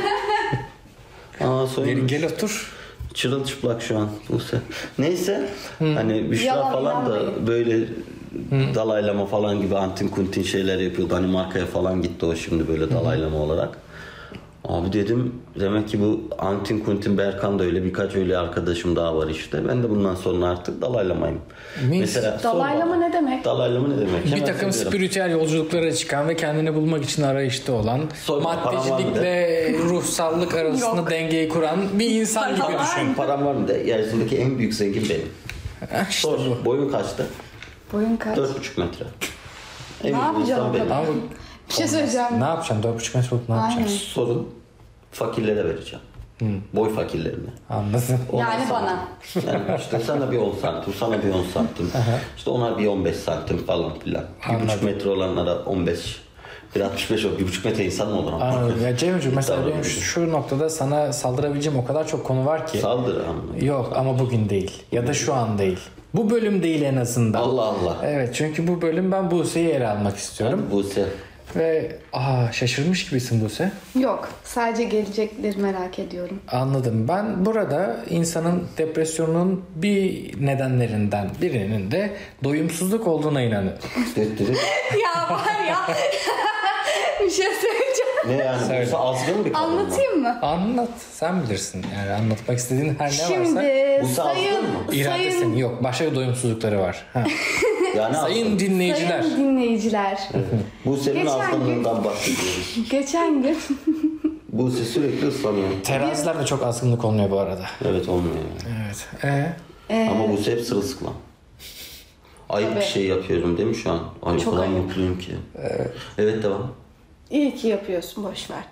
Soyundun. Gel otur. Çırılçıplak şu an Buse. Neyse hani Büşra Yalan, falan da inanmayın. böyle dalaylama falan gibi antin kuntin şeyler yapıyordu. Hani markaya falan gitti o şimdi böyle dalaylama olarak. Abi dedim demek ki bu antin kuntin Berkan da öyle birkaç öyle arkadaşım daha var işte. Ben de bundan sonra artık dalaylamayım. Mesela Dalaylama ne demek? Dalaylama ne demek? Bir Hemen takım söylüyorum. spiritüel yolculuklara çıkan ve kendini bulmak için arayışta olan, Sorma, param var maddecilikle ruhsallık arasında Yok. dengeyi kuran bir insan gibi düşün. Param var mı de yeryüzündeki en büyük zengin benim. İşte Sor. bu. Boyun kaçtı? Boyun kaç? 4,5 metre. En Ne büyük yapacağım insan o benim. kadar? Ama Bir şey söyleyeceğim. ne yapacaksın? 4,5 metre olup ne Aynen. yapacaksın? Sorun fakirlere vereceğim. Boy fakirlerine. Anladın. Ondan Yani sonra- bana. Yani işte sana bir 10 santim, sana bir 10 santim. İşte ona bir 15 santim falan filan. 1,5 Anladım. metre olanlara 15. 1,65 o. 1,5 metre insan mı olur ama? Anladım. Ya Cem'ciğim mesela Tamam. benim şu noktada sana saldırabileceğim o kadar çok konu var ki. Saldır ama. Yok ama bugün değil. Ya da şu an değil. Bu bölüm değil en azından. Allah Allah. Evet çünkü bu bölüm ben Buse'yi ele almak istiyorum. Buse. Ve şaşırmış gibisin Buse. Yok. Sadece gelecekleri merak ediyorum. Anladım. Ben burada insanın depresyonunun bir nedenlerinden birinin de doyumsuzluk olduğuna inanıyorum. Döttürü. Ya var ya. Bir şey söyleyeceğim. Ne yani? Söyle. Buse azgın bir kadın mı? Anlatayım mı? Anlat. Sen bilirsin. Yani anlatmak istediğin her ne varsa. Şimdi Bu sayın mı? İradesin. Yok. Başka doyumsuzlukları var. Ha. Yani Sayın azgın. dinleyiciler. sayın dinleyiciler. Buse'nin Geçen azgınlığından bahsediyoruz. Geçen gün Buse sürekli ıslanıyor. Teraziler de çok azgınlık olmuyor bu arada. Evet olmuyor. Evet. Ama Buse hep sırılsıklam. Ayıp bir Tabii. şey yapıyorum değil mi şu an? Ay o Çok kadar ayıp. mutluyum ki. Evet devam. iyi ki yapıyorsun boş ver.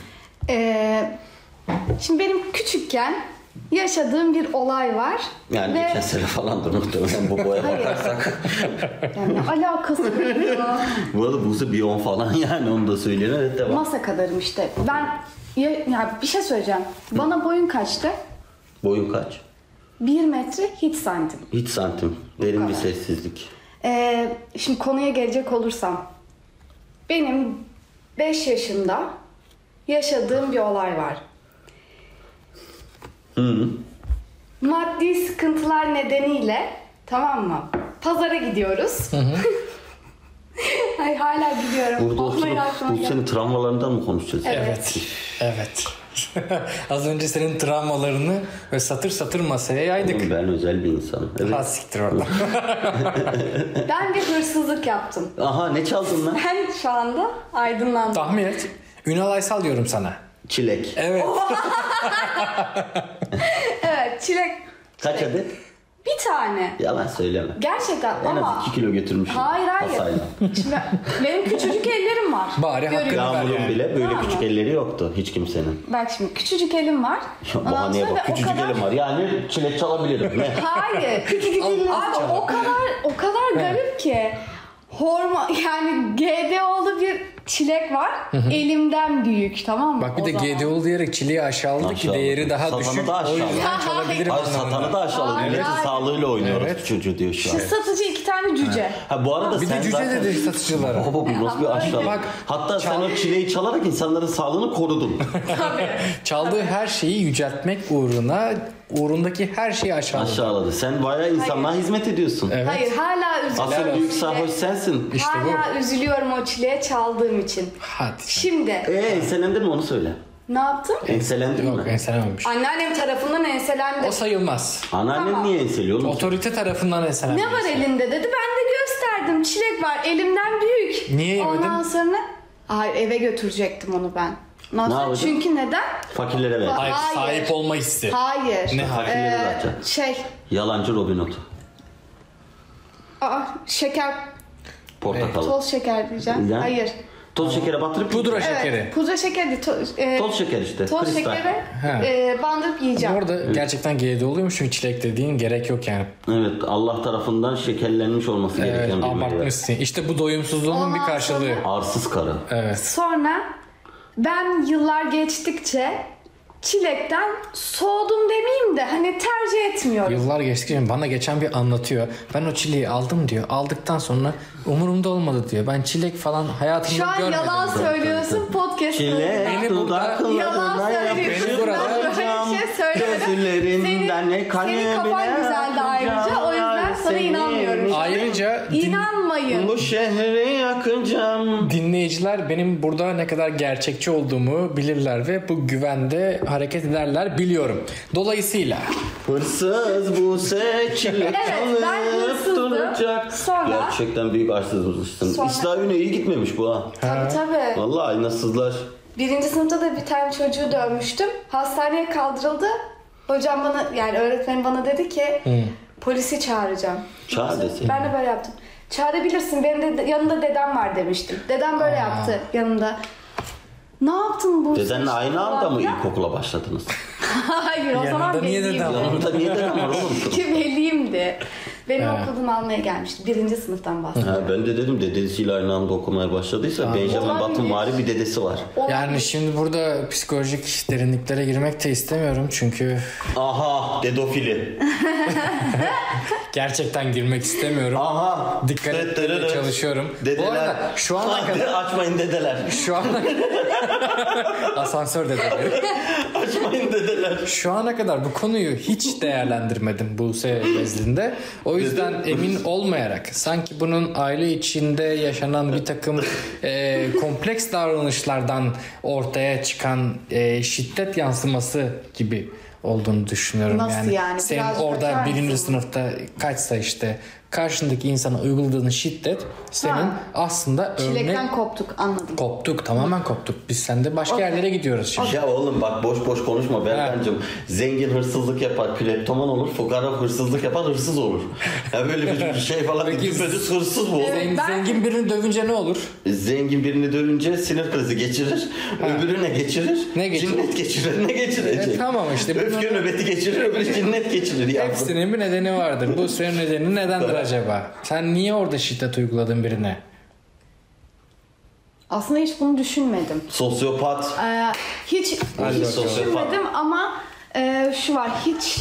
Şimdi benim küçükken yaşadığım bir olay var. Yani ve geçen sene falandır muhtemelen bu boya Hayır. bakarsak. yani ne alakası var ya? Bu arada Buse bir 10 falan yani onu da söyleyelim. Evet devam. Masa kadarım işte. Ben ya bir şey söyleyeceğim. Bana boyun kaçtı? Boyun kaç? 1 metre hiç santim. Hiç santim. Derin bir kadar. sessizlik. Şimdi konuya gelecek olursam. Benim 5 yaşında yaşadığım bir olay var. Maddi sıkıntılar nedeniyle tamam mı? Pazara gidiyoruz. Ay hala gidiyorum. Burada Vallahi aklıma oturup geldi. senin travmalarından mı konuşacağız? Evet. Evet. Az önce senin travmalarını ve satır satır masaya yaydık. Oğlum ben özel bir insanım. Evet. Ha siktir orada. Ben bir hırsızlık yaptım. Aha ne çaldın lan? Ben şu anda aydınlandım. Tahmin et. Ünal Aysal diyorum sana. Çilek. Evet. Evet. çilek. Kaç adet? Bir tane. Yalan söyleme. Gerçekten En ama. az 2 kilo götürmüşüm. Hayır. Hasayla. Şimdi benim küçücük ellerim var. Bari hakkını Görüyorum. ver. Yağmur'un yani. bile böyle Tamam. küçük elleri yoktu hiç kimsenin. Bak şimdi küçücük elim var. Ondan Bahaneye sonra bak, ve o küçücük kadar- elim var. Yani çilek çalabilirim. Ne? Hayır. Küçücük elim var. O kadar garip ki. Hormon yani GDO'lu bir çilek var. Elimden büyük, tamam mı? Bak bir O de zaman. GDO diyerek çileği aşağıladı ki Aşağıladı. değeri daha Satanı düşük. da O aşağıladı. yüzden çalabilirim. Ay ben satanı onu. da aşağıladı. Hayır, Milletin hayır. sağlığıyla oynuyoruz Evet. çocuğu diyor şu an. Şu satıcı 2 tane cüce. Ha bu arada Bir sen de cüce zaten... dedi satıcılara. Baba bu nasıl bir aşağılık. Bak, Hatta sen o çileği çalarak insanların sağlığını korudun. Çaldığı her şeyi yüceltmek uğrundaki her şeyi aşağıladı. Aşağıladı. Sen bayağı insanlığa hizmet ediyorsun. Evet. Hayır, hala üzülüyorum. Asıl büyük sarhoş sensin. İşte bu. Hala üzülüyorum o çileği çaldığım için. Hadi. Şimdi Enselendin mi onu söyle. ne yaptım? Enselendin Yok mi? enselememiş. Anneannem tarafından enselendim. O sayılmaz. Anneannen Tamam. niye enseliyor oğlum? Otorite tarafından enselenmiş. Ne var elinde dedi. Ben de gösterdim. Çilek var. Elimden büyük. Niye yemedin? Ondan sonra hayır, eve götürecektim onu ben. Ondan Ne sonra yapacak? çünkü neden? Fakirlere ver. Hayır, Hayır. sahip olma hissi. Hayır. Ne Fakirlere vereceksin. Yalancı Robin Hood. Şeker, Portakal. toz şeker diyeceğim. Ya. Hayır. Toz şekere batırıp Pudra Evet, şekeri. pudra şekeri değil. Toz şeker işte. Toz kristal. şekeri He. bandırıp yiyeceğim. Orada gerçekten GDO oluyormuş çünkü çilek dediğin gerek yok yani. Evet, Allah tarafından şekerlenmiş olması Evet, gereken bir meyve. abartmışsın. İşte bu doyumsuzluğunun Ondan bir karşılığı. Arsız karı. Evet. Sonra ben yıllar geçtikçe çilekten soğudum demeyeyim de hani tercih etmiyorum. Yıllar geçtikçe bana geçen bir anlatıyor. Ben o çileği aldım diyor. Aldıktan sonra umurumda olmadı diyor. Ben çilek falan hayatımda Şu an görmedim. yalan diyor. söylüyorsun podcast. Çilek Beni burada- dudaklarına Yalan söylüyorsun. Beni burada- Ben böyle bir şey söylemedim. Gözlerinden ne Senin kafan güzeldi ayrıca. O yüzden sana inanmıyorum. Ayrıca İnanmayın. Bu şehri yakacağım. dinleyiciler benim burada ne kadar gerçekçi olduğumu bilirler ve bu güvende hareket ederler biliyorum. Dolayısıyla Hırsız bu çilek Evet, ben çalıp hırsızdım. duracak. Sonra- Gerçekten büyük arsızmışsın. Sonra- İslah Ünlü iyi gitmemiş bu ha. Tabii. Vallahi aynasızlar. 1. sınıfta da bir tane çocuğu dövmüştüm. Hastaneye kaldırıldı. Hocam bana, yani öğretmenim bana dedi ki polisi çağıracağım. Çağır desin. Ben de böyle yaptım. Çağırabilirsin. Benim de yanında dedem var demiştim. Dedem böyle yaptı yanımda. Ne yaptın bu? Dedenle aynı anda mı Ya- ilkokula başladınız? Hayır, o zaman Yanında niye velliyim. dedem var? Yanımda niye deden var oğlum? Ki velliyimdi. Beni okuldan almaya gelmişti. 1. sınıftan bahsediyorum. Ha, ben de dedim dedesiyle aynı anda okumaya başladıysa Benjamin Olabilir. Button'vari bir dedesi var. yani şimdi burada psikolojik derinliklere girmek de istemiyorum çünkü Aha dedofili. gerçekten girmek istemiyorum. Aha. Dikkat etmeye çalışıyorum. Dedeler. Bu arada şu ana Hadi kadar açmayın dedeler. şu ana asansör dedeleri. Açmayın dedeler. Şu ana kadar bu konuyu hiç değerlendirmedim Buse nezdinde. O yüzden emin olmayarak sanki bunun aile içinde yaşanan bir takım kompleks davranışlardan ortaya çıkan şiddet yansıması gibi olduğunu düşünüyorum. Nasıl yani? Senin Birazcık orada açar 1. mısın? sınıfta kaçsa işte karşındaki insana uyguladığın şiddet senin Ha. aslında örnek Çilekten koptuk, anladım. koptuk, tamamen koptuk. Biz seninle başka yerlere gidiyoruz şimdi. Ya oğlum bak boş boş konuşma Berkancığım. Zengin hırsızlık yapar, kleptoman olur. Fukara hırsızlık yapar, hırsız olur. Ya böyle bir şey falan Peki, değil. Düpedüz hırsız bu oğlum. ben- Zengin birini dövünce ne olur? Zengin birini dövünce sinir krizi geçirir. Öbürüne geçirir. Ne geçirir? Cinnet geçirir. Ne geçirecek? Tamam işte Öfke bunların- nöbeti geçirir, öbürü cinnet geçirir. Yavrum. Hepsinin bir nedeni vardır. Bu senin nedeni nedendir acaba? Sen niye orada şiddet uyguladın birine? Aslında hiç bunu düşünmedim. Sosyopat. Hiç Hadi bakalım. düşünmedim ama şu var, hiç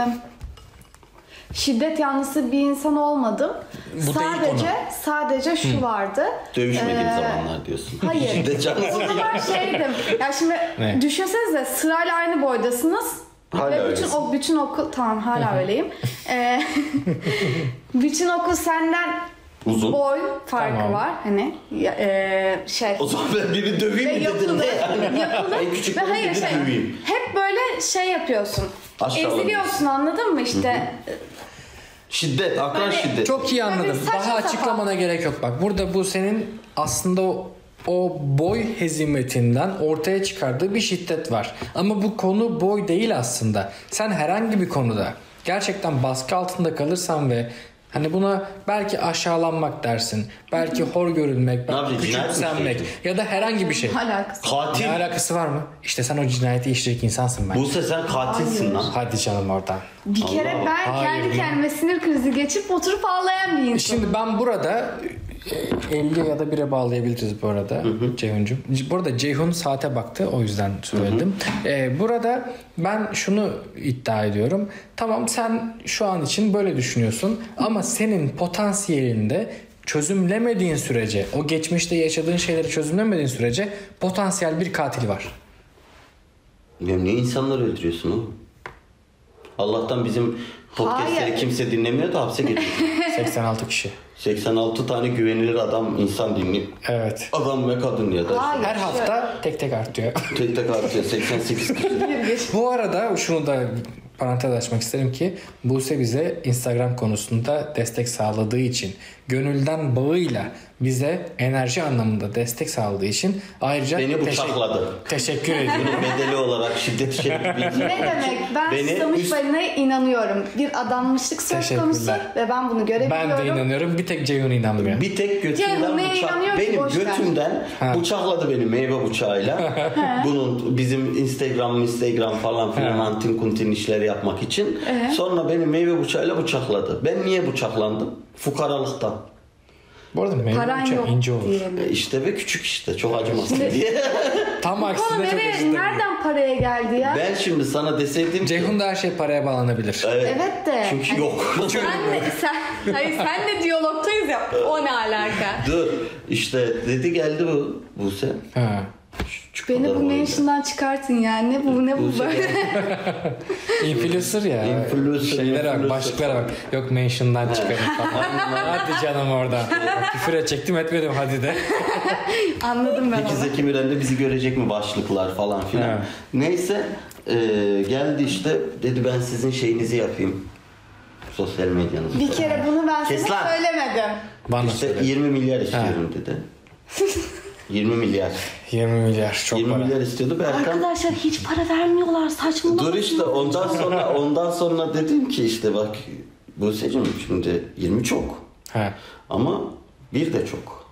şiddet yanlısı bir insan olmadım. Bu değil Sadece şu vardı. Dövüşmediğim zamanlar diyorsun. Hayır. Şiddet canlısı O zaman değil. şeydim. Ya şimdi Ne? düşünsenize, sırayla aynı boydasınız. Hala ve öylesin. bütün okul, tamam hala öyleyim. Bütün okul senden Uzun. boy farkı Tamam. var. Hani şey. O zaman ben birini döveyim Ve mi dedin? yapılır, Ne yani? yapılır. En Ve küçükleri hayır birini şey, döveyim. hep böyle şey yapıyorsun. Aşağılanıyorsun. Eziliyorsun, anladın mı işte? Şiddet, akran Böyle- şiddet. Çok iyi anladım. Tabii, saçma Daha sapan. açıklamana gerek yok. Bak burada bu senin aslında o o boy hezimetinden ortaya çıkardığı bir şiddet var. Ama bu konu boy değil aslında. Sen herhangi bir konuda gerçekten baskı altında kalırsan ve hani buna belki aşağılanmak dersin, belki hor görülmek, belki küçümsenmek ya da herhangi bir şey. Alakası. Katil. Ne alakası var mı? İşte sen o cinayeti işleyecek insansın bence. Buse sen katilsin Hayır. lan. Hadi canım oradan. Bir kere Allah. ben Hayır. kendi kendime sinir krizi geçip oturup ağlayan bir insanım. Şimdi ben burada 50 ya da 1'e bağlayabiliriz bu arada Ceyhun'cum. Bu arada Ceyhun saate baktı, o yüzden söyledim. Burada ben şunu iddia ediyorum. Tamam, sen şu an için böyle düşünüyorsun ama senin potansiyelinde çözümlemediğin sürece, o geçmişte yaşadığın şeyleri çözümlemediğin sürece potansiyel bir katil var. Ya niye insanları öldürüyorsun oğlum? Allah'tan bizim podcastleri Hayır. kimse dinlemiyor da hapse giriyor. 86 kişi. 86 tane güvenilir adam, insan dinleyip Evet. adam ve kadın ya da Hayır. Her hafta tek tek artıyor. tek tek artıyor 88 kişi. Bu arada şunu da parantez açmak isterim ki Buse bize Instagram konusunda destek sağladığı için, gönülden bağıyla bize enerji anlamında destek sağladığı için ayrıca Beni bıçakladı. teşekkür ediyorum. Bunun bedeli olarak şiddet içerikli bir Ne demek? Ben Beni Samış üst- Balina'ya inanıyorum. Bir adanmışlık söz konusu Teşekkürler. ve ben bunu görebiliyorum. Ben de inanıyorum. Bir tek Ceyhun inanmıyor. Bir tek Ceyhun götümden neye inanıyor ki? benim Boş ver. götümden bıçakladı beni meyve bıçağıyla. Bunun bizim Instagram falan filan antin kuntin işleri yapmak için. Sonra beni meyve bıçağıyla bıçakladı. Ben niye bıçaklandım? Fukaralıktan. Bu arada meyve Paran bıçağı yok ince olur. diyelim. İşte ve küçük işte çok acımasın diye. Tam Konu aksine çok nereye, acıtıyor. nereden paraya geldi ya? Ben şimdi sana deseydim ki Ceyhun'da her şey paraya bağlanabilir. Evet de. çünkü hani yok. Hayır, sen de diyalogtayız ya. O ne alaka? Dur işte dedi geldi bu Buse. Ha. Şu Beni kadar bu boyunca. mention'dan çıkartın yani. Ne bu Buse böyle? Influencer ya. Influencer, Şeylere bak, influencer başlıklara bak. Yok mention'dan çıkarım falan. Hadi canım orada. Küfür edecektim etmedim hadi de. Anladım ben Peki onu. Zeki Müren de bizi görecek mi başlıklar falan filan. He. Neyse geldi işte dedi ben sizin şeyinizi yapayım. Sosyal medyanızı. Bir kere bunu ben Kes sana lan. söylemedim. Bana İşte söyle. 20 milyar istiyorum dedi. 20 milyar. 20 milyar çok 20 para. milyar istiyordu. Berkan Arkadaşlar hiç para vermiyorlar, saçmalama. dur işte ondan sonra dedim ki işte bak Buse'cim şimdi 20 çok. Ha. Ama bir de çok.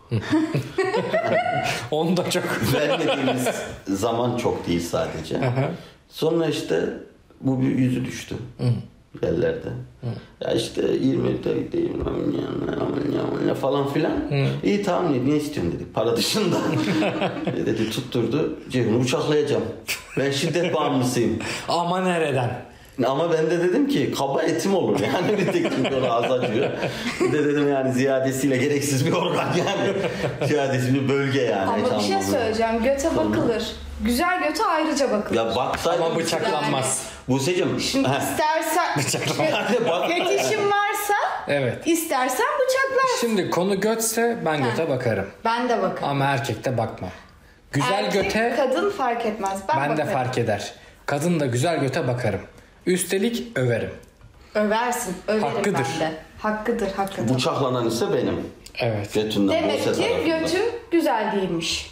Onu da çok. Vermediğimiz zaman çok değil sadece. Sonra işte bu bir yüzü düştü. Yerlerde. Ya işte 20 değil falan filan. İyi tamam ne istiyorsun dedik para dışında. Dedi tutturdu Ceyhun'u bıçaklayacağım. Ben şiddet bağımlısıyım. Ama nereden? Ama ben de dedim ki kaba etim olur yani bir tek çünkü onu az acıyor. Bir de dedim yani ziyadesiyle gereksiz bir organ yani. Ziyadesiz bir bölge yani. Ama bir şey Tamam. söyleyeceğim. Göte bakılır. Güzel göte ayrıca bakılır. Ya baksaydım. Ama bıçaklanmaz. Buse'cim. Şimdi istersen Hadi bak. fetişin varsa Evet. istersen bıçaklarsın. Şimdi konu götse ben göte bakarım. Ben de bakarım. Ama erkekte bakma. Güzel Erkek, göte kadın fark etmez. Ben ben de bakarım. fark eder. Kadın da güzel göte bakarım. Üstelik överim. Översin. Överim Hakkıdır. ben de. Hakkıdır. Bıçaklanan ise benim. Evet. Götünden Demek Buse ki tarafından. götün güzel değilmiş.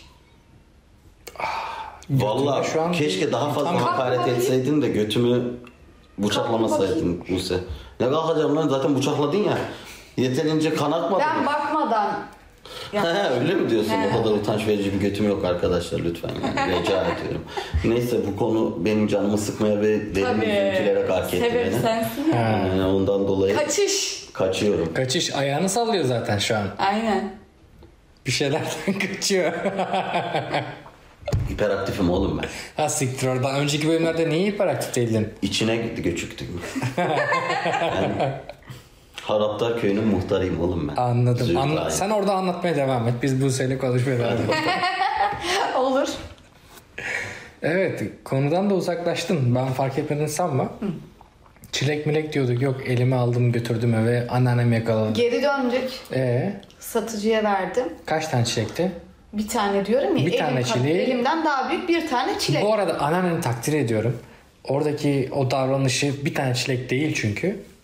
Valla Götümde şu an keşke daha fazla tam- hakaret Kalk etseydin de götümü bıçaklamasaydın Buse. Ne kalkacağım lan zaten bıçakladın ya. Yeterince kan akmadı Ben mı? bakmadan Öyle mi diyorsun? O kadar utanç verici bir götüm yok arkadaşlar lütfen yani rica ediyorum. Neyse bu konu benim canımı sıkmaya ve derin üzüntülere gark etti Sebep beni. sensin. Yani ondan dolayı kaçıyorum. kaçış ayağını sallıyor zaten şu an. Aynen. Bir şeylerden kaçıyor. Hiperaktifim oğlum ben. Ha siktir oradan. Önceki bölümlerde niye hiperaktif değildin? İçine gitti göçüktüm. Yani, Haraptar köyünün muhtarıyım oğlum ben. Anladım. Zülkayım. Sen orada anlatmaya devam et. Biz Buse'yle konuşmaya devam edelim. Olur. Evet. Konudan da uzaklaştın. Ben fark etmedin sanma. Çilek milek diyorduk. Yok elime aldım götürdüm eve. Anneannem yakaladı. Geri döndük. Satıcıya verdim. Kaç tane çilekti? Bir tane diyorum ya. Bir tane çileği- Elimden daha büyük bir tane çilek. Bu arada anneanneni takdir ediyorum. Oradaki o davranışı bir tane çilek değil çünkü.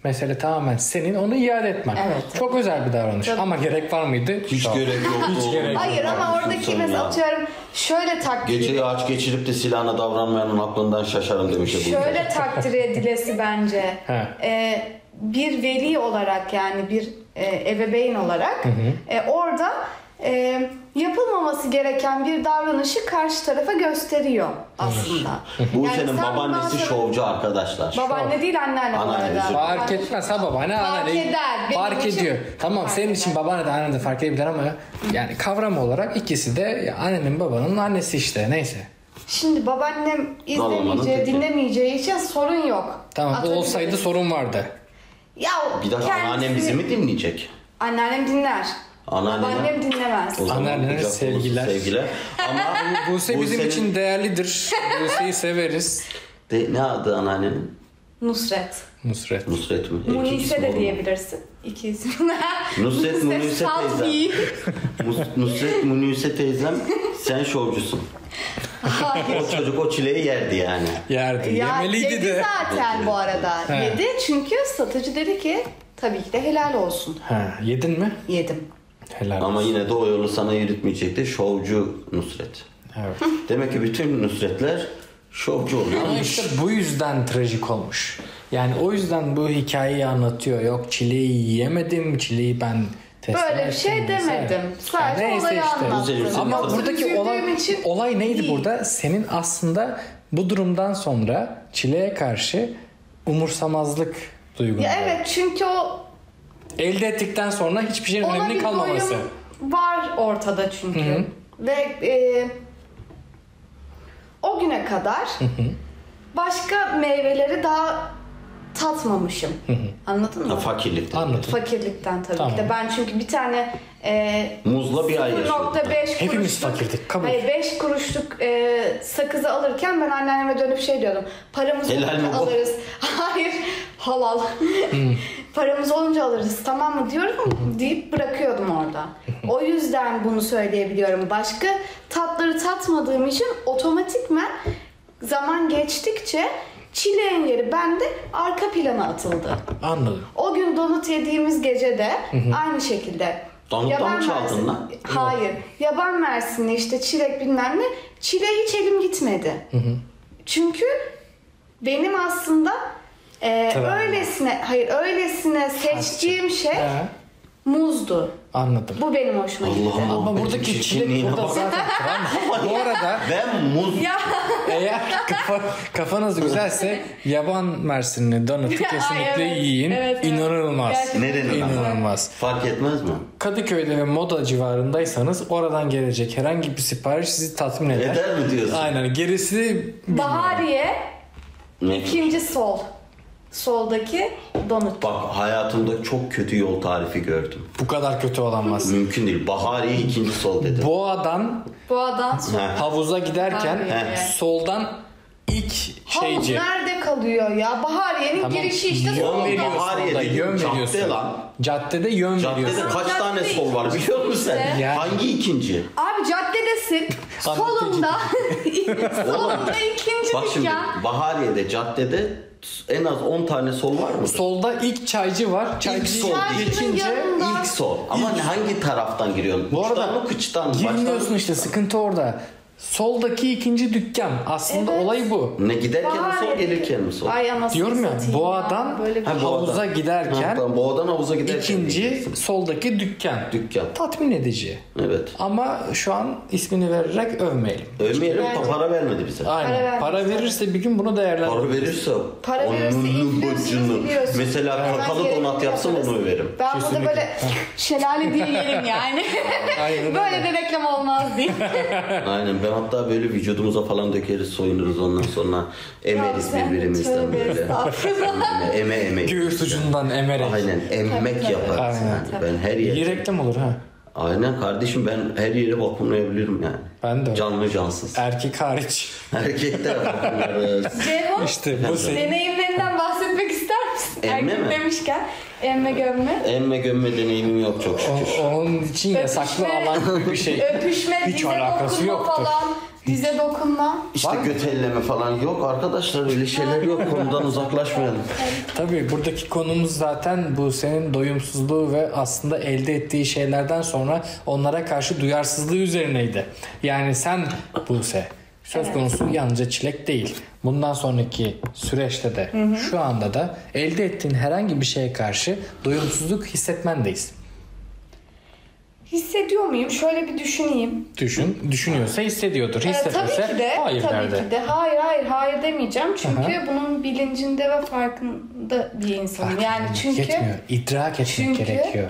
Mesele tamamen senin, onu iade etmen. Evet. Çok özel bir davranış. Tabii. Ama gerek var mıydı? Hiç Yok. gerek yoktu. Hiç gerek yok. Hayır ama oradaki Düşünsene mesela ya. atıyorum şöyle takdir Geceyi aç geçirip de silahına davranmayanın aklından şaşarım demiş. şöyle takdir edilesi bence. He. Bir veli olarak yani bir ebeveyn olarak orada yapılmaması gereken bir davranışı karşı tarafa gösteriyor aslında. Bu Yani senin sen babaannesi bundan sonra- şovcu arkadaşlar. Babaanne değil anneanne bu Anneanne, arada. Fark etmez ha babaanne Fark anneanne. eder. Benim Fark için ediyor. Tamam fark senin eder. için babaanne de anneanne de fark edebilir ama yani kavram olarak ikisi de ya annenin babanın annesi işte neyse. Şimdi babaannem Olmadı izlemeyeceği, peki. dinlemeyeceği için sorun yok. Tamam bu Atabilirim. olsaydı sorun vardı. Ya Bir daha kendisi- anneannem bizi mi dinleyecek? Anneannem dinler. Anneannene- Babaannem dinlemez. O zaman Anneannene kucak dolusu sevgiler. sevgiler. Ama Buse bu bizim senin- için değerlidir. Buse'yi severiz. Ne adı anneannenin? Nusret. Nusret. Nusret mi? Munise İsim olur de mu? diyebilirsin. İki isim. Nusret Munise Salvi. teyzem. Nusret Munise teyzem sen şovcusun. Hayır. O çocuk o çileyi yerdi yani. Yerdi. Ya Yemeliydi yedi de. zaten bu arada. He. Yedi çünkü satıcı dedi ki tabii ki de helal olsun. Ha, yedin mi? Yedim. Helal Ama olsun. yine de o yolu sana yürütmeyecekti. Şovcu Nusret. Evet. Demek ki bütün Nusretler şovcu oluyor. Ama işte bu yüzden trajik olmuş. Yani o yüzden bu hikayeyi anlatıyor. Yok çileyi yiyemedim, çileyi ben teslim Böyle bir ettim şey vesaire. demedim. Sadece neyse olayı işte. anlattım. Ama Yoksa buradaki üzüldüğüm için olay neydi değil. burada? Senin aslında bu durumdan sonra çileye karşı umursamazlık duygun. Ya evet çünkü o Elde ettikten sonra hiçbir şeyin ona önemli bir kalmaması. doyum var ortada çünkü. Ve o güne kadar başka meyveleri daha tatmamışım. Anladın mı? Fakirlikten. Anladım. Fakirlikten tabii Tamam. ki de. Ben çünkü bir tane Muzla bir ay yaşıyorduk. 0.5 Hepimiz kuruşluk- fakirdik, kabul. Hayır 5 kuruşluk sakızı alırken ben anneanneme dönüp şey diyordum. Paramız Helal mi olunca bu? alırız. Hayır halal. Paramız olunca alırız tamam mı diyorum deyip bırakıyordum orada. O yüzden bunu söyleyebiliyorum. Başka tatları tatmadığım için otomatikmen zaman geçtikçe çileğin yeri bende arka plana atıldı. Anladım. O gün donut yediğimiz gece de aynı şekilde. Donuttan mı Yaban çaldın Mersin- lan? Hayır. Yaban Mersinli işte çilek bilmem ne. Çileğe hiç elim gitmedi. Çünkü benim aslında Travma. öylesine seçtiğim şey He, muzdu. anladım. Bu benim hoşuma gitti. Allah'ım. Ama Benim buradaki çilek çirkinliğine burada bak. zaten travma. Bu arada Ben muz Ya eğer kafanız güzelse yaban mersinli donutu Ay, kesinlikle evet. yiyin. Evet. İnanılmaz. Gerçekten. Nerenin ama? İnanılmaz. fark etmez mi? Kadıköy'de ve Moda civarındaysanız oradan gelecek herhangi bir sipariş sizi tatmin eder. Eder mi diyorsun? Aynen. Gerisi Bahariye Ne? ikinci sol. Soldaki donut. Bak hayatımda çok kötü yol tarifi gördüm. bu kadar kötü olamaz. Mümkün değil. Bahariye ikinci sol dedi. Boğa'dan Boğadan sol. Ha. havuza giderken Bahariye. soldan ilk Havuz şeyci. nerede kalıyor ya? Bahariye'nin Tamam. girişi işte Yön solda. veriyorsun Bahariye orada, dediğin yön cadde veriyorsun. lan. Caddede yön Caddede veriyorsun. kaç Caddede tane sol var biliyor musun sen? işte. Ya. Hangi ikinci? Abi caddedesin. Solunda solunda ikinci Bak şimdi dükkan. Bahariye'de caddede en az 10 tane sol var mı? Solda ilk çaycı var. Çaycı sol değil. geçince Yanında. İlk sol. Ama hangi taraftan giriyorsun? bu arada Uçtan mı kıçtan mı? girmiyorsun Baştan mı? işte sıkıntı orada. Soldaki ikinci dükkan. Aslında Evet. olay bu. Ne giderken mi sol Bahariye. gelirken mi sol? Ay anasını Diyorum ya satayım Boğa'dan Böyle bir... Ha, Boğa'dan. havuza giderken Ha, tamam, Boğa'dan havuza giderken ikinci diyeceksin. soldaki dükkan. Dükkan. Tatmin edici. Evet. Ama şu an ismini vererek övmeyelim. Övmeyelim Bence- para vermedi bize. Aynen. Para verirse bir gün bunu değerlendiririz. Para verirse Para verirse onunu influencer'ı bacını. biliyorsun. Mesela Hemen kakalı gerekli donat yapsam yaparız. onu överim. Ben burada Kesinlikle. böyle şelale diye yerim yani. Aynen Böyle öyle. de reklam olmaz diye. Aynen ben hatta böyle vücudumuza falan dökeriz soyunuruz ondan sonra emeriz sen birbirimizden tövbe böyle. estağfurullah. Eme. Göğüs ucundan emerek. Aynen emmek Tabii. yaparız Aynen. yani. Ben her İyi yere. reklam olur ha. Aynen kardeşim ben her yere vakumlayabilirim yani. Ben de öyle. Canlı cansız. Erkek hariç. Erkekler vakumlarız. Ceyhun İşte bu senin. deneyimlerinden bahsetmek ister misin? Emme Erkek mi? demişken emme gömme. Emme gömme deneyimim yok çok şükür. Onun için yasaklı Öpüşme. alan gibi bir şey. Öpüşme, Hiç dize alakası dokunma yoktur. falan. Dize dokunma. İşte Var mı? göt elleme falan yok arkadaşlar, öyle şeyler yok. Konudan uzaklaşmayalım. Tabii buradaki konumuz zaten bu senin doyumsuzluğu ve aslında elde ettiği şeylerden sonra onlara karşı duyarsızlığı üzerineydi. Yani sen Buse söz konusu yalnızca çilek değil. Bundan sonraki süreçte de şu anda da elde ettiğin herhangi bir şeye karşı doyumsuzluk hissetmendeyiz. Hissediyor muyum? Şöyle bir düşüneyim. Düşünüyorsa hissediyordur. Hissetmiyorsa Tabii ki de. hayır tabii derdi. ki de. Hayır demeyeceğim. Çünkü bunun bilincinde ve farkında bir insanım. Yani çünkü Yetmiyor. İdrak etmek gerekiyor.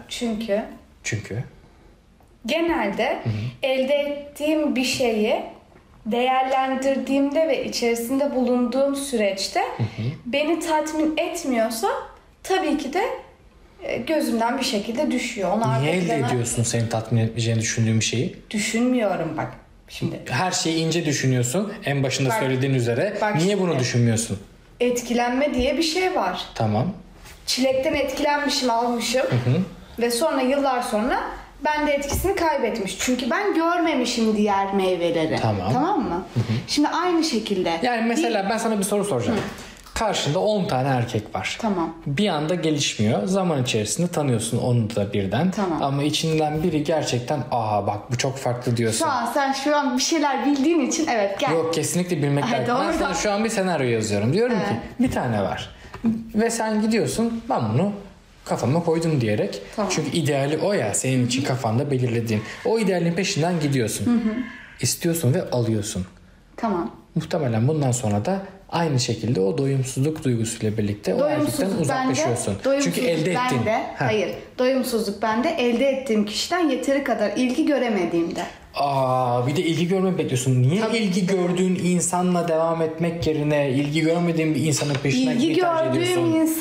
Çünkü genelde elde ettiğim bir şeyi değerlendirdiğimde ve içerisinde bulunduğum süreçte beni tatmin etmiyorsa tabii ki de gözümden bir şekilde düşüyor. Onu niye arka elde plana ediyorsun senin tatmin etmeyeceğini düşündüğün bir şeyi? düşünmüyorum bak. Şimdi Her şeyi ince düşünüyorsun. En başında Bak- söylediğin üzere. bak Niye bunu şimdi. düşünmüyorsun? etkilenme diye bir şey var. Tamam. Çilekten etkilenmişim, almışım. Ve sonra yıllar sonra ben de etkisini kaybetmiş. Çünkü ben görmemişim diğer meyveleri. Tamam. Mı? Şimdi aynı şekilde. Yani mesela ben sana bir soru soracağım. Karşında 10 tane erkek var. Tamam. Bir anda gelişmiyor. Zaman içerisinde tanıyorsun onu da birden. Tamam. Ama içinden biri gerçekten bak bu çok farklı diyorsun. Sen şu an bir şeyler bildiğin için evet gel. Yok, kesinlikle bilmek Ay, lazım. Ben doğru sana da. şu an bir senaryo yazıyorum. Diyorum ki bir tane var. Ve sen gidiyorsun, ben bunu kafama koydum diyerek. Tamam. Çünkü ideali o ya, senin için kafanda belirlediğin. O idealin peşinden gidiyorsun. İstiyorsun ve alıyorsun. Tamam. Muhtemelen bundan sonra da aynı şekilde o doyumsuzluk duygusuyla birlikte o erkekten uzaklaşıyorsun. Çünkü elde ettin. Doyumsuzluk bende elde ettiğim kişiden yeteri kadar ilgi göremediğimde. Bir de ilgi görmeyi bekliyorsun. Niye Tabii ilgi gördüğün insanla devam etmek yerine ilgi görmediğin bir insanın peşinden İlgi gitmeyi tercih ediyorsun?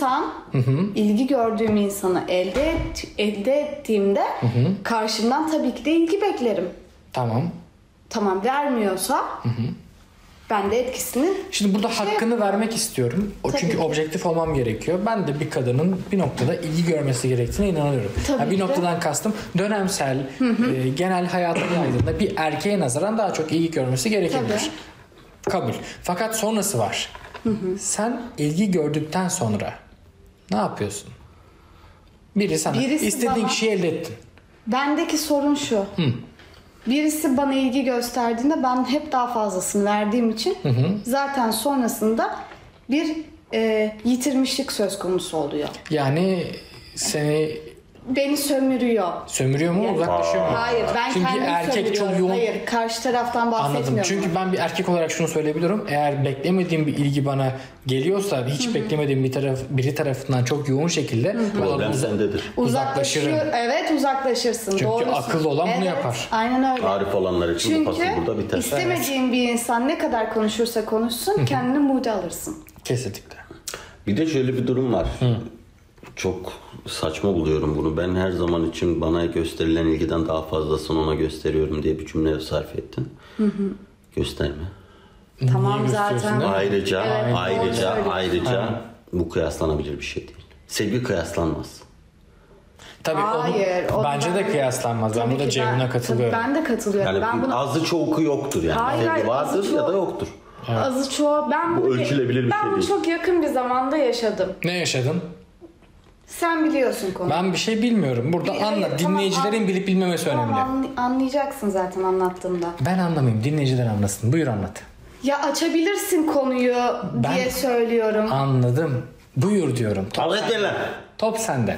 ilgi gördüğüm insanı elde ettiğimde karşımdan tabii ki de ilgi beklerim. Tamam, vermiyorsa ben de etkisini Şimdi burada hakkını vermek istiyorum. Tabii Çünkü ki. objektif olmam gerekiyor. Ben de bir kadının bir noktada ilgi görmesi gerektiğine inanıyorum. Tabii Bir ki de. noktadan kastım dönemsel, genel hayata yaydığında bir erkeğe nazaran daha çok ilgi görmesi gerekebilir. Kabul. Fakat sonrası var. Sen ilgi gördükten sonra ne yapıyorsun? Birisi istediğin bana- kişiyi elde ettin. bendeki sorun şu. Birisi bana ilgi gösterdiğinde ben hep daha fazlasını verdiğim için zaten sonrasında bir yitirmişlik söz konusu oluyor. Yani seni Beni sömürüyor. sömürüyor mu, Yani- uzaklaşıyor mu? Hayır, ben Çünkü kendimi erkek çok sömürüyorum. yoğun. Hayır, karşı taraftan bahsetmiyorum. Anladım. Çünkü ben bir erkek olarak şunu söyleyebilirim. Eğer beklemediğim bir ilgi bana geliyorsa, hiç beklemediğim biri tarafından çok yoğun şekilde Problem sendedir. uzaklaşırım. Evet, uzaklaşırsın. Çünkü Doğrusun. akıllı olan bunu yapar. Aynen öyle. Arif olanlar için bu Çünkü fasıl burada biter. istemediğin bir insan ne kadar konuşursa konuşsun kendini mood'e alırsın. Kesinlikle. Bir de şöyle bir durum var. Çok saçma buluyorum bunu. Ben her zaman için bana gösterilen ilgiden daha fazlasını ona gösteriyorum diye bir cümle sarf ettin. Gösterme. Tamam gösteriyorsun, zaten. değil mi? Ayrıca Evet, doğru söylüyorsun. ayrıca bu kıyaslanabilir bir şey değil. Sevgi kıyaslanmaz. Tabii Hayır, onu onu bence ben- de kıyaslanmaz. Ben Tabii burada ki Ceyhun'a katılıyorum. Ben de katılıyorum. Yani Ben bunu azı çoğu yoktur yani. Hayır, Sevgi hayır, vardır azı ya da çoğu- yoktur. azı çoğu ben Bu ölçülebilir bir ben şey bunu değil. çok yakın bir zamanda yaşadım. Ne yaşadın? Sen biliyorsun konuyu. Ben bir şey bilmiyorum. Burada Hayır, anla. tamam, Dinleyicilerin bilip bilmemesi önemli. Anlayacaksın zaten anlattığımda. Ben anlamayayım. Dinleyiciler anlasın. Buyur anlat. Ya açabilirsin konuyu Ben- diye söylüyorum. Anladım. Buyur diyorum. Kavga etmeyin lan. Top sende.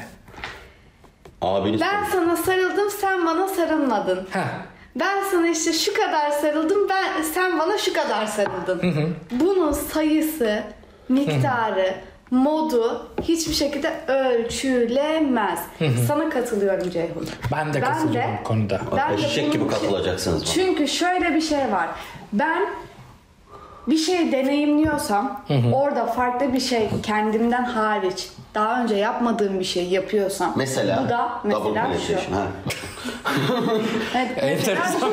Abiniz Ben sana sarıldım, sen bana sarılmadın. Ben sana işte şu kadar sarıldım, sen bana şu kadar sarıldın. Bunun sayısı, miktarı, modu hiçbir şekilde ölçülemez. Sana katılıyorum Ceyhun. Ben de katılıyorum bu konuda. Eşek gibi katılacaksınız bana. Çünkü şöyle bir şey var. Ben bir şey deneyimliyorsam, orada farklı bir şey kendimden hariç daha önce yapmadığım bir şey yapıyorsam, Mesela, bu da double mesela şu. penetration. Ha. Evet, Enteresan.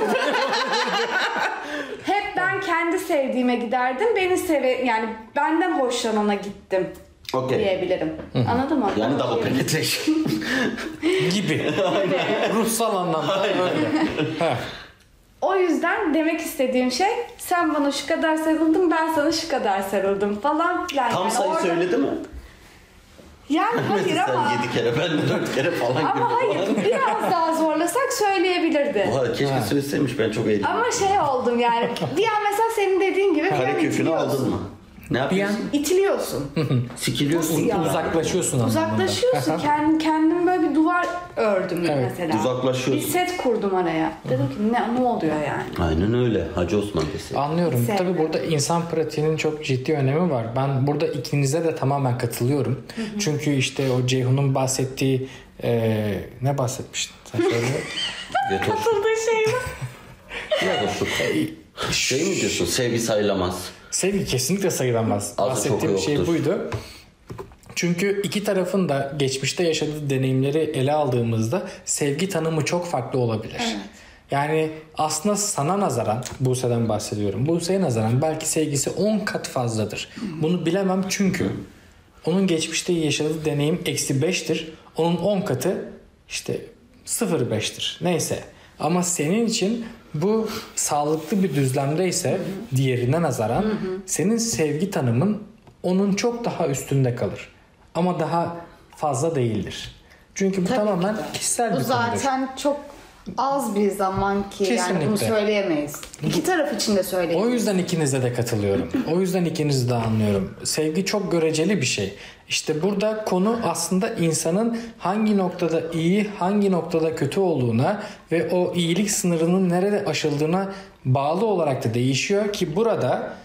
hep ben kendi sevdiğime giderdim. Yani benden hoşlanana gittim Okey. diyebilirim. Anladın mı? Yani double penetration. Gibi. Ruhsal anlamda öyle. O yüzden demek istediğim şey, sen bana şu kadar sarıldın, ben sana şu kadar sarıldım falan filan. Tam yani sayı orada... söyledi mi? Yani hayır ama... Sen 7 kere, ben de 4 kere falan gibi. Ama hayır, biraz daha zorlasak söyleyebilirdi. Oha, keşke söyleseymiş, ben çok eğlendim. Ama şey oldum yani, bir an mesela senin dediğin gibi Kare kökünü aldın mı? Ne yapıyorsun? İtiliyorsun. Sikiliyorsun. Nasıl ya? Uzaklaşıyorsun anlamında. Uzaklaşıyorsun. Kendim böyle bir duvar ördüm Evet. mesela. Uzaklaşıyorsun. Bir set kurdum araya. Dedim ki ne oluyor yani? Aynen öyle. Hacı Osman dese. Anlıyorum. Sevdim. Tabii burada insan pratiğinin çok ciddi önemi var. Ben burada ikinize de tamamen katılıyorum. Çünkü işte o Ceyhun'un bahsettiği ne bahsetmiştin? Sen söyle. Katıldığı şey mi? Ya boşluk. Şey mi diyorsun? Sevgi sayılamaz. Sevgi kesinlikle sayılamaz. Az Bahsettiğim çok şey yoktur. buydu. Çünkü iki tarafın da geçmişte yaşadığı deneyimleri ele aldığımızda sevgi tanımı çok farklı olabilir. Evet. Yani aslında sana nazaran, Buse'den bahsediyorum. Buse'ye nazaran belki sevgisi 10 kat fazladır. Bunu bilemem çünkü onun geçmişte yaşadığı deneyim -5'tir. Onun 10 katı işte 0,5'tir. Neyse. Ama senin için bu sağlıklı bir düzlemdeyse diğerine nazaran senin sevgi tanımın onun çok daha üstünde kalır. Ama daha fazla değildir. Çünkü bu Tabii tamamen ki de. kişisel bir Bu konudur. zaten çok az bir zaman ki yani bunu Kesinlikle. söyleyemeyiz. İki taraf için de söyleyemeyiz. O yüzden ikinize de katılıyorum. O yüzden ikinizi de anlıyorum. Sevgi çok göreceli bir şey. İşte burada konu aslında insanın hangi noktada iyi, hangi noktada kötü olduğuna ve o iyilik sınırının nerede aşıldığına bağlı olarak da değişiyor ki burada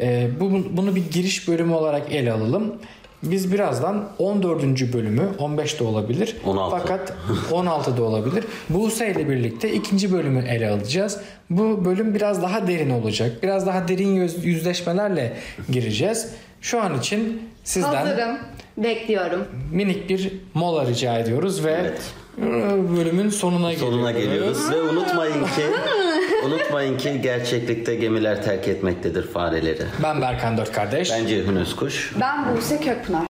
bunu bir giriş bölümü olarak ele alalım. Biz birazdan 14. bölümü, 15 de olabilir. 16. Fakat 16 da olabilir. Buse ile birlikte ikinci bölümü ele alacağız. Bu bölüm biraz daha derin olacak. Biraz daha derin yüzleşmelerle gireceğiz. Şu an için sizden Hazırım. Bekliyorum. minik bir mola rica ediyoruz ve Evet. bölümün sonuna geliyoruz ve unutmayın ki gerçeklikte gemiler terk etmektedir fareleri. Ben Berkan Dört Kardeş. Ben Ceyhun Özkuş. Ben Buse Kökpınar.